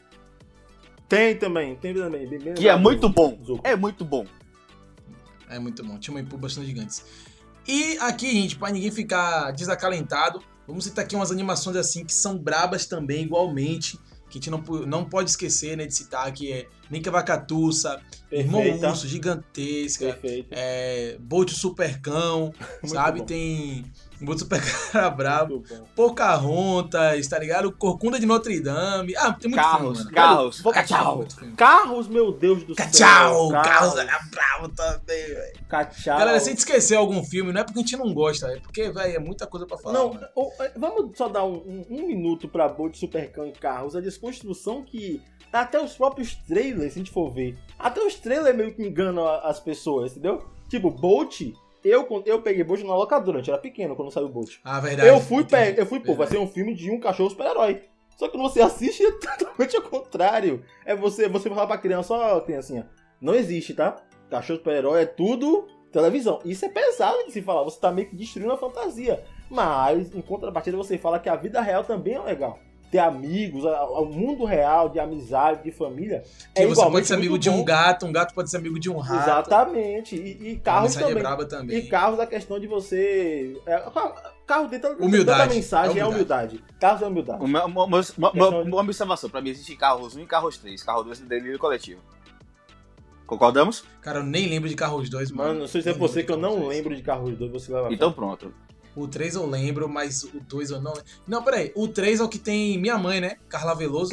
Tem também. Bem Que é muito bom. É muito bom. É muito bom. Timão e Pumba são gigantes. E aqui, gente, pra ninguém ficar desacalentado, vamos citar aqui umas animações assim que são brabas também, igualmente, que a gente não pode esquecer, né, de citar, que é Nica Vacatuça, Irmão Urso, Gigantesca, Bolt Supercão, sabe? bom. Tem Bolt Supercão brabo, Pocahontas, tá ligado? Corcunda de Notre Dame. Tem muito filme, mano. Carros. Cachau. Carros, meu Deus do Cachau. céu. Carros era bravo também, velho. Cachau. Galera, se a gente esquecer algum filme, não é porque a gente não gosta, é porque, velho, é muita coisa pra falar. Não, mano. vamos só dar um minuto pra Bolt, Supercão e Carros. A desconstrução que até os próprios trailers, se a gente for ver, até os trailers meio que enganam as pessoas, entendeu? Tipo, Bolt, eu peguei Bolt na locadora, a gente era pequeno quando saiu Bolt. Verdade. Eu fui, vai ser um filme de um cachorro super-herói. Só que quando você assiste é totalmente ao contrário. É você falar pra criança, ó, criancinha, não existe, tá? Cachorro super-herói é tudo televisão. Isso é pesado de se falar, você tá meio que destruindo a fantasia. Mas, em contrapartida, você fala que a vida real também é legal. Ter amigos, o mundo real de amizade, de família, que você igualmente pode ser amigo muito de um bom. gato pode ser amigo de um rato. Exatamente. E carros também. Braba também. E carros, a questão de você... carro dentro humildade. da mensagem é humildade. Carros é humildade. Uma observação, pra mim existe Carros 1 e Carros 3. Carro 2 é delírio coletivo. Concordamos? Cara, eu nem lembro de Carros 2, mano. Mano, se eu dizer pra você que eu não lembro de Carros 2, você vai lá. Então pronto. O 3 eu lembro, mas o 2 eu não lembro. Não, peraí. O 3 é o que tem minha mãe, né? Carla Veloso.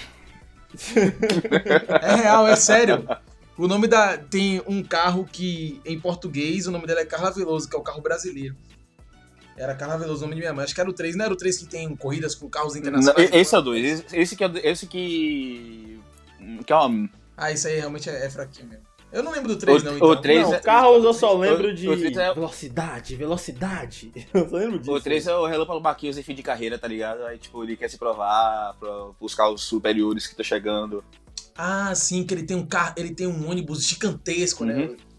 É real, é sério. O nome tem um carro que, em português, o nome dela é Carla Veloso, que é o carro brasileiro. Era Carla Veloso, o nome de minha mãe. Acho que era o 3. Não era o 3 que tem corridas com carros internacionais? Esse é o 2. Esse que é uma... Isso aí realmente é fraquinho mesmo. Eu não lembro do 3, não, então. O 3 não, carros eu só lembro de velocidade. Eu só lembro disso. O 3 é o Relâmpago Marquinhos em fim de carreira, tá ligado? Aí, tipo, ele quer se provar pra buscar os superiores que estão chegando. Sim, que ele tem um carro, ele tem um ônibus gigantesco, né?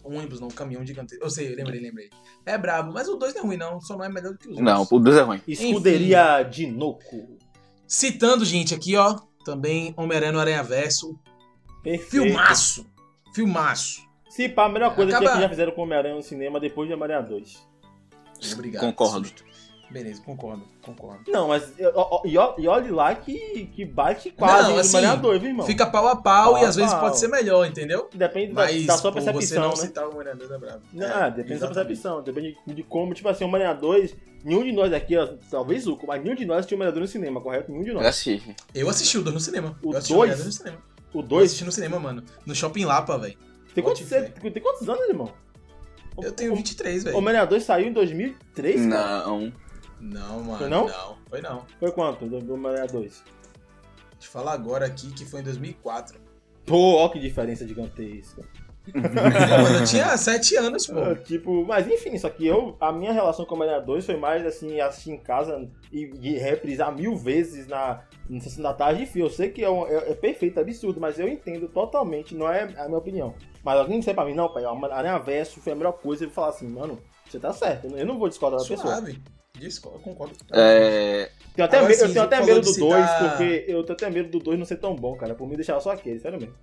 ônibus, não, um caminhão gigantesco. Eu sei, lembrei. É brabo, mas o 2 não é ruim, não. Só não é melhor do que os Não, outros. o 2 é ruim. Escuderia Dinoco. Citando, gente, aqui, ó. Também Homem-Aranha no Aranhaverso. Perfeito. Filmaço. Se pá, a melhor coisa Acaba- que já fizeram com o Homem-Aranha no cinema depois de Homem-Aranha 2. Obrigado. Concordo. Susto. Beleza, concordo. Não, mas e olhe lá que bate quase Não, no assim, Homem-Aranha 2, viu, irmão? Fica pau a pau Pau e a às vezes pau. pode ser melhor, entendeu? Depende Mas, da sua pô, você percepção, não né? citar o Homem-Aranha 2 é brabo. Não, depende da sua exatamente. percepção. Depende de como, tipo assim, o Homem-Aranha 2, nenhum de nós aqui, ó, talvez o, mas nenhum de nós assistiu o Homem-Aranha 2 no cinema, correto? Nenhum de Eu nós. assisti. Eu assisti o 2 no cinema. O Eu assisti 2? Homem-Aranha no cinema. O Eu 2, assisti no cinema, mano. No Shopping Lapa, velho. tem Bote quantos anos, irmão? Eu tenho 23, O velho. Homem-Aranha 2 saiu em 2003, cara? Não. Não, mano. Foi não? Foi não. Foi quanto do Homem-Aranha 2? Deixa eu falar agora aqui que foi em 2004. Pô, ó que diferença gigantesca. Mano, eu tinha 7 anos, pô. Tipo, mas enfim, só que a minha relação com o Homem-Aranha 2 foi mais assim, assistir em casa e reprisar 1000 vezes na sessão da tarde. Enfim, eu sei que é perfeito, é absurdo, mas eu entendo totalmente, não é a minha opinião. Mas alguém disser pra mim, não, pai, o Aranha Verso foi a melhor coisa, eu vou falar assim, mano, você tá certo, eu não vou discordar da pessoa. Suave. Discordo, concordo. Eu tenho Agora, assim, até você medo falou do de 2, citar- porque eu tenho até medo do 2 não ser tão bom, cara. Por mim, deixava só aquele, sério mesmo.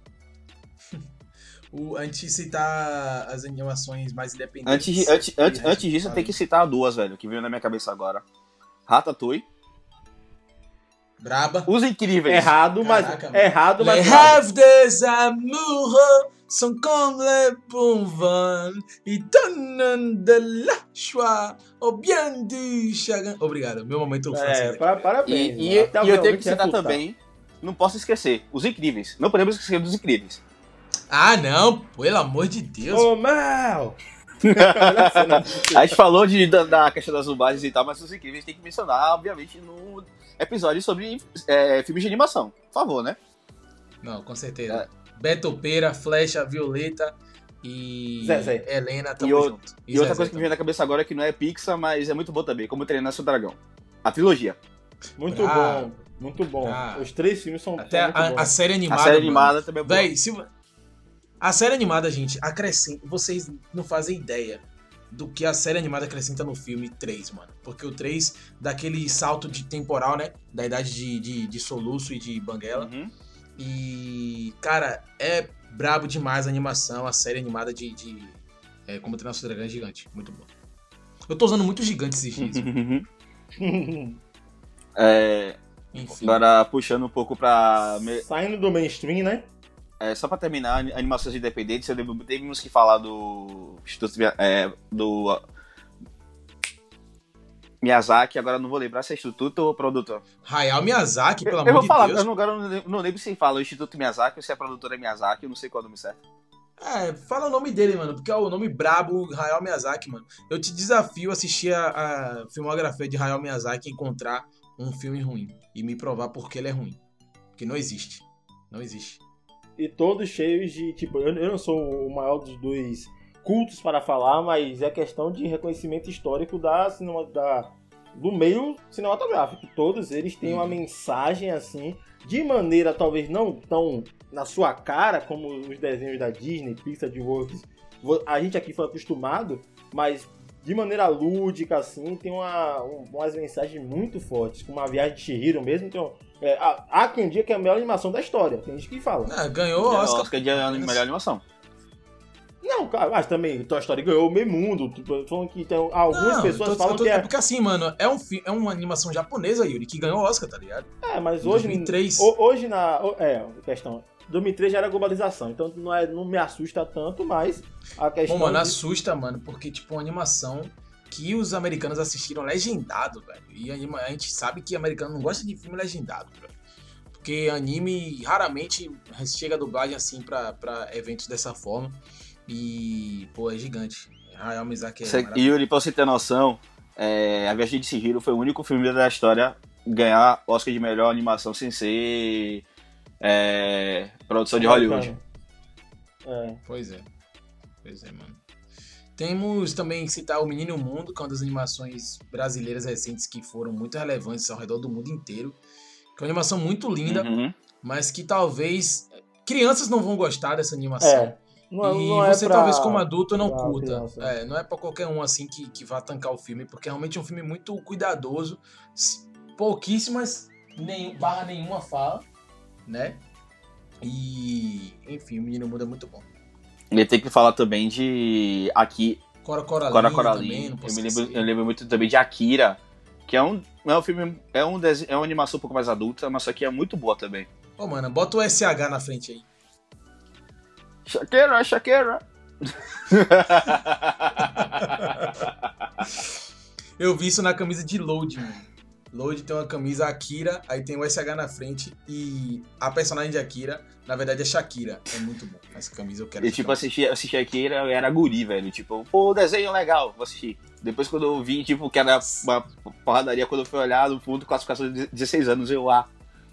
Antes de citar as animações mais independentes. Antes disso, eu tenho que citar duas, velho, que veio na minha cabeça agora. Ratatouille. Braba. Os Incríveis. Errado, mas. Caraca, mano. Errado, mas. Les rêves des amoureux sont comme les bons vins e donnent de la joie au bien du chagrin. Obrigado, meu momento francês. Parabéns. E Até eu alguém tenho que quer citar refutar. também, não posso esquecer, Os Incríveis. Não podemos esquecer dos Incríveis. Ah, não, pelo amor de Deus. Ô, Mel! A gente falou da questão das dublagens e tal, mas Os Incríveis tem que mencionar, obviamente, no episódio sobre filmes de animação. Por favor, né? Não, com certeza. Beto Pera, Flecha, Violeta e Zezé. Helena, tamo E o- junto. E outra Zezé coisa que me vem na cabeça agora é que não é Pixar, mas é muito bom também, Como Treinar Seu Dragão. A trilogia. Muito Bravo. bom. Muito bom. Bravo. Os 3 filmes são Até muito bons. a série animada. A série mano. animada também é boa. Véi, a série animada, gente, acrescenta. Vocês não fazem ideia do que a série animada acrescenta no filme 3, mano. Porque o 3 dá aquele salto de temporal, né? Da idade de Soluço e de Banguela. Uhum. E, cara, é brabo demais a animação, a série animada de Como Treinar Seu Dragão é gigante. Muito bom. Eu tô usando muito gigante esses dias. Enfim. Agora, puxando um pouco pra... Saindo do mainstream, né? Só pra terminar, animações independentes, temos que falar do Instituto do Miyazaki, agora não vou lembrar se é Instituto ou Produtor. Hayao Miyazaki, pelo Eu amor vou de falar, Deus. agora eu não lembro se fala o Instituto Miyazaki ou se a produtora é Miyazaki, eu não sei qual é o nome certo. Fala o nome dele, mano, porque é o nome brabo, Hayao Miyazaki, mano. Eu te desafio a assistir a filmografia de Hayao Miyazaki e encontrar um filme ruim. E me provar porque ele é ruim. Porque não existe. Não existe. E todos cheios de, tipo, eu não sou o maior dos dois cultos para falar, mas é questão de reconhecimento histórico do meio cinematográfico. Todos eles têm uma mensagem, assim, de maneira talvez não tão na sua cara como os desenhos da Disney, Pixar, DreamWorks. A gente aqui foi acostumado, mas de maneira lúdica, assim, tem umas mensagens muito fortes, como a Viagem de Chihiro mesmo. Então, há quem diga que é a melhor animação da história. Tem gente que fala. Ganhou o Oscar. Oscar de melhor animação. Não, cara, mas também Toy Story ganhou o meio mundo. Tô falando que tem algumas pessoas falam que é porque assim, mano, é uma animação japonesa, Yuri, que ganhou o Oscar, tá ligado? Mas hoje... 2003. Hoje questão... 2003 já era globalização, então não me assusta tanto, mas a questão... Bom, mano, assusta, mano, porque, tipo, uma animação que os americanos assistiram legendado, velho. E a gente sabe que americano não gosta de filme legendado, velho. Porque anime raramente chega a dublagem assim pra eventos dessa forma. E, pô, é gigante. Hayao Miyazaki é maravilhoso. Yuri, pra você ter noção, A Viagem de Chihiro foi o único filme da história ganhar Oscar de melhor animação sem ser produção de Hollywood. Pois é, mano. Temos também que citar O Menino e o Mundo, que é uma das animações brasileiras recentes que foram muito relevantes ao redor do mundo inteiro. Que é uma animação muito linda, Uhum. mas que talvez crianças não vão gostar dessa animação. Você talvez como adulto não pra curta. criança. Não é pra qualquer um assim que vá tancar o filme, porque realmente é um filme muito cuidadoso. Pouquíssimas, nenhuma fala, né? E, enfim, o Menino Mudo é muito bom. E tem que falar também de aqui Cora Coraline também, não eu posso me esquecer. lembro muito também de Akira, que é um filme, é uma animação um pouco mais adulta, mas só que é muito boa também. Ô, mano, bota o SH na frente aí. Shakira. Eu vi isso na camisa de Load, mano. Load tem uma camisa Akira, aí tem o SH na frente e a personagem de Akira, na verdade, é Shakira. É muito bom. Essa camisa eu quero. E tipo, assisti Akira, eu era guri, velho. Tipo, pô, desenho legal, vou assistir. Depois quando eu vi, tipo, que era uma porradaria, quando eu fui olhar no fundo, classificação de 16 anos, eu lá.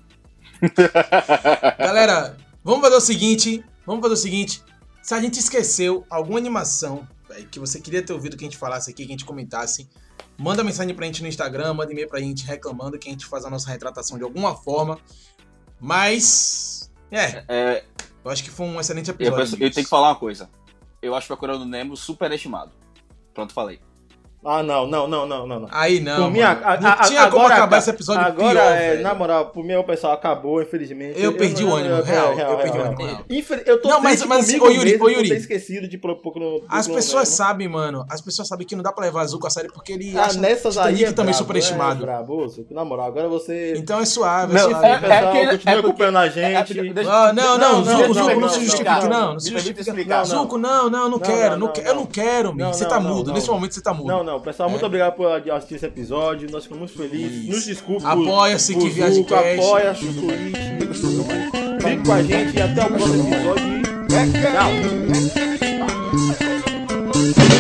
Galera, vamos fazer o seguinte. Se a gente esqueceu alguma animação, véio, que você queria ter ouvido que a gente falasse aqui, que a gente comentasse, manda mensagem pra gente no Instagram, manda e-mail pra gente reclamando que a gente faz a nossa retratação de alguma forma. Mas, eu acho que foi um excelente episódio. Eu tenho que falar uma coisa. Eu acho Procurando Nemo superestimado. Pronto, falei. Ah, não. Aí não, Por mim, não tinha como acabar esse episódio agora pior, velho. Na moral, por mim o pessoal acabou, infelizmente. Eu perdi o ânimo, real. Eu perdi o ânimo, real. Eu tô mas comigo ô Yuri, por ter esquecido de pouco. As pessoas sabem, mano. As pessoas sabem que não dá pra levar Zuko a sério porque ele acha nessas aí Titanic também superestimado. Na moral, agora você... Então é suave. Não, pessoal, continua acompanhando a gente. Zuko, não se justifique, não. Não se justifique. Zuko, não quero. Eu não quero, meu. Você tá mudo. Nesse momento você tá mudo. Não, pessoal, muito obrigado por assistir esse episódio. Nós ficamos muito felizes. Nos desculpe. Apoia-se que Viagem Cast. Apoia-se o Twitch. Fique com a gente e até o próximo episódio. Tchau.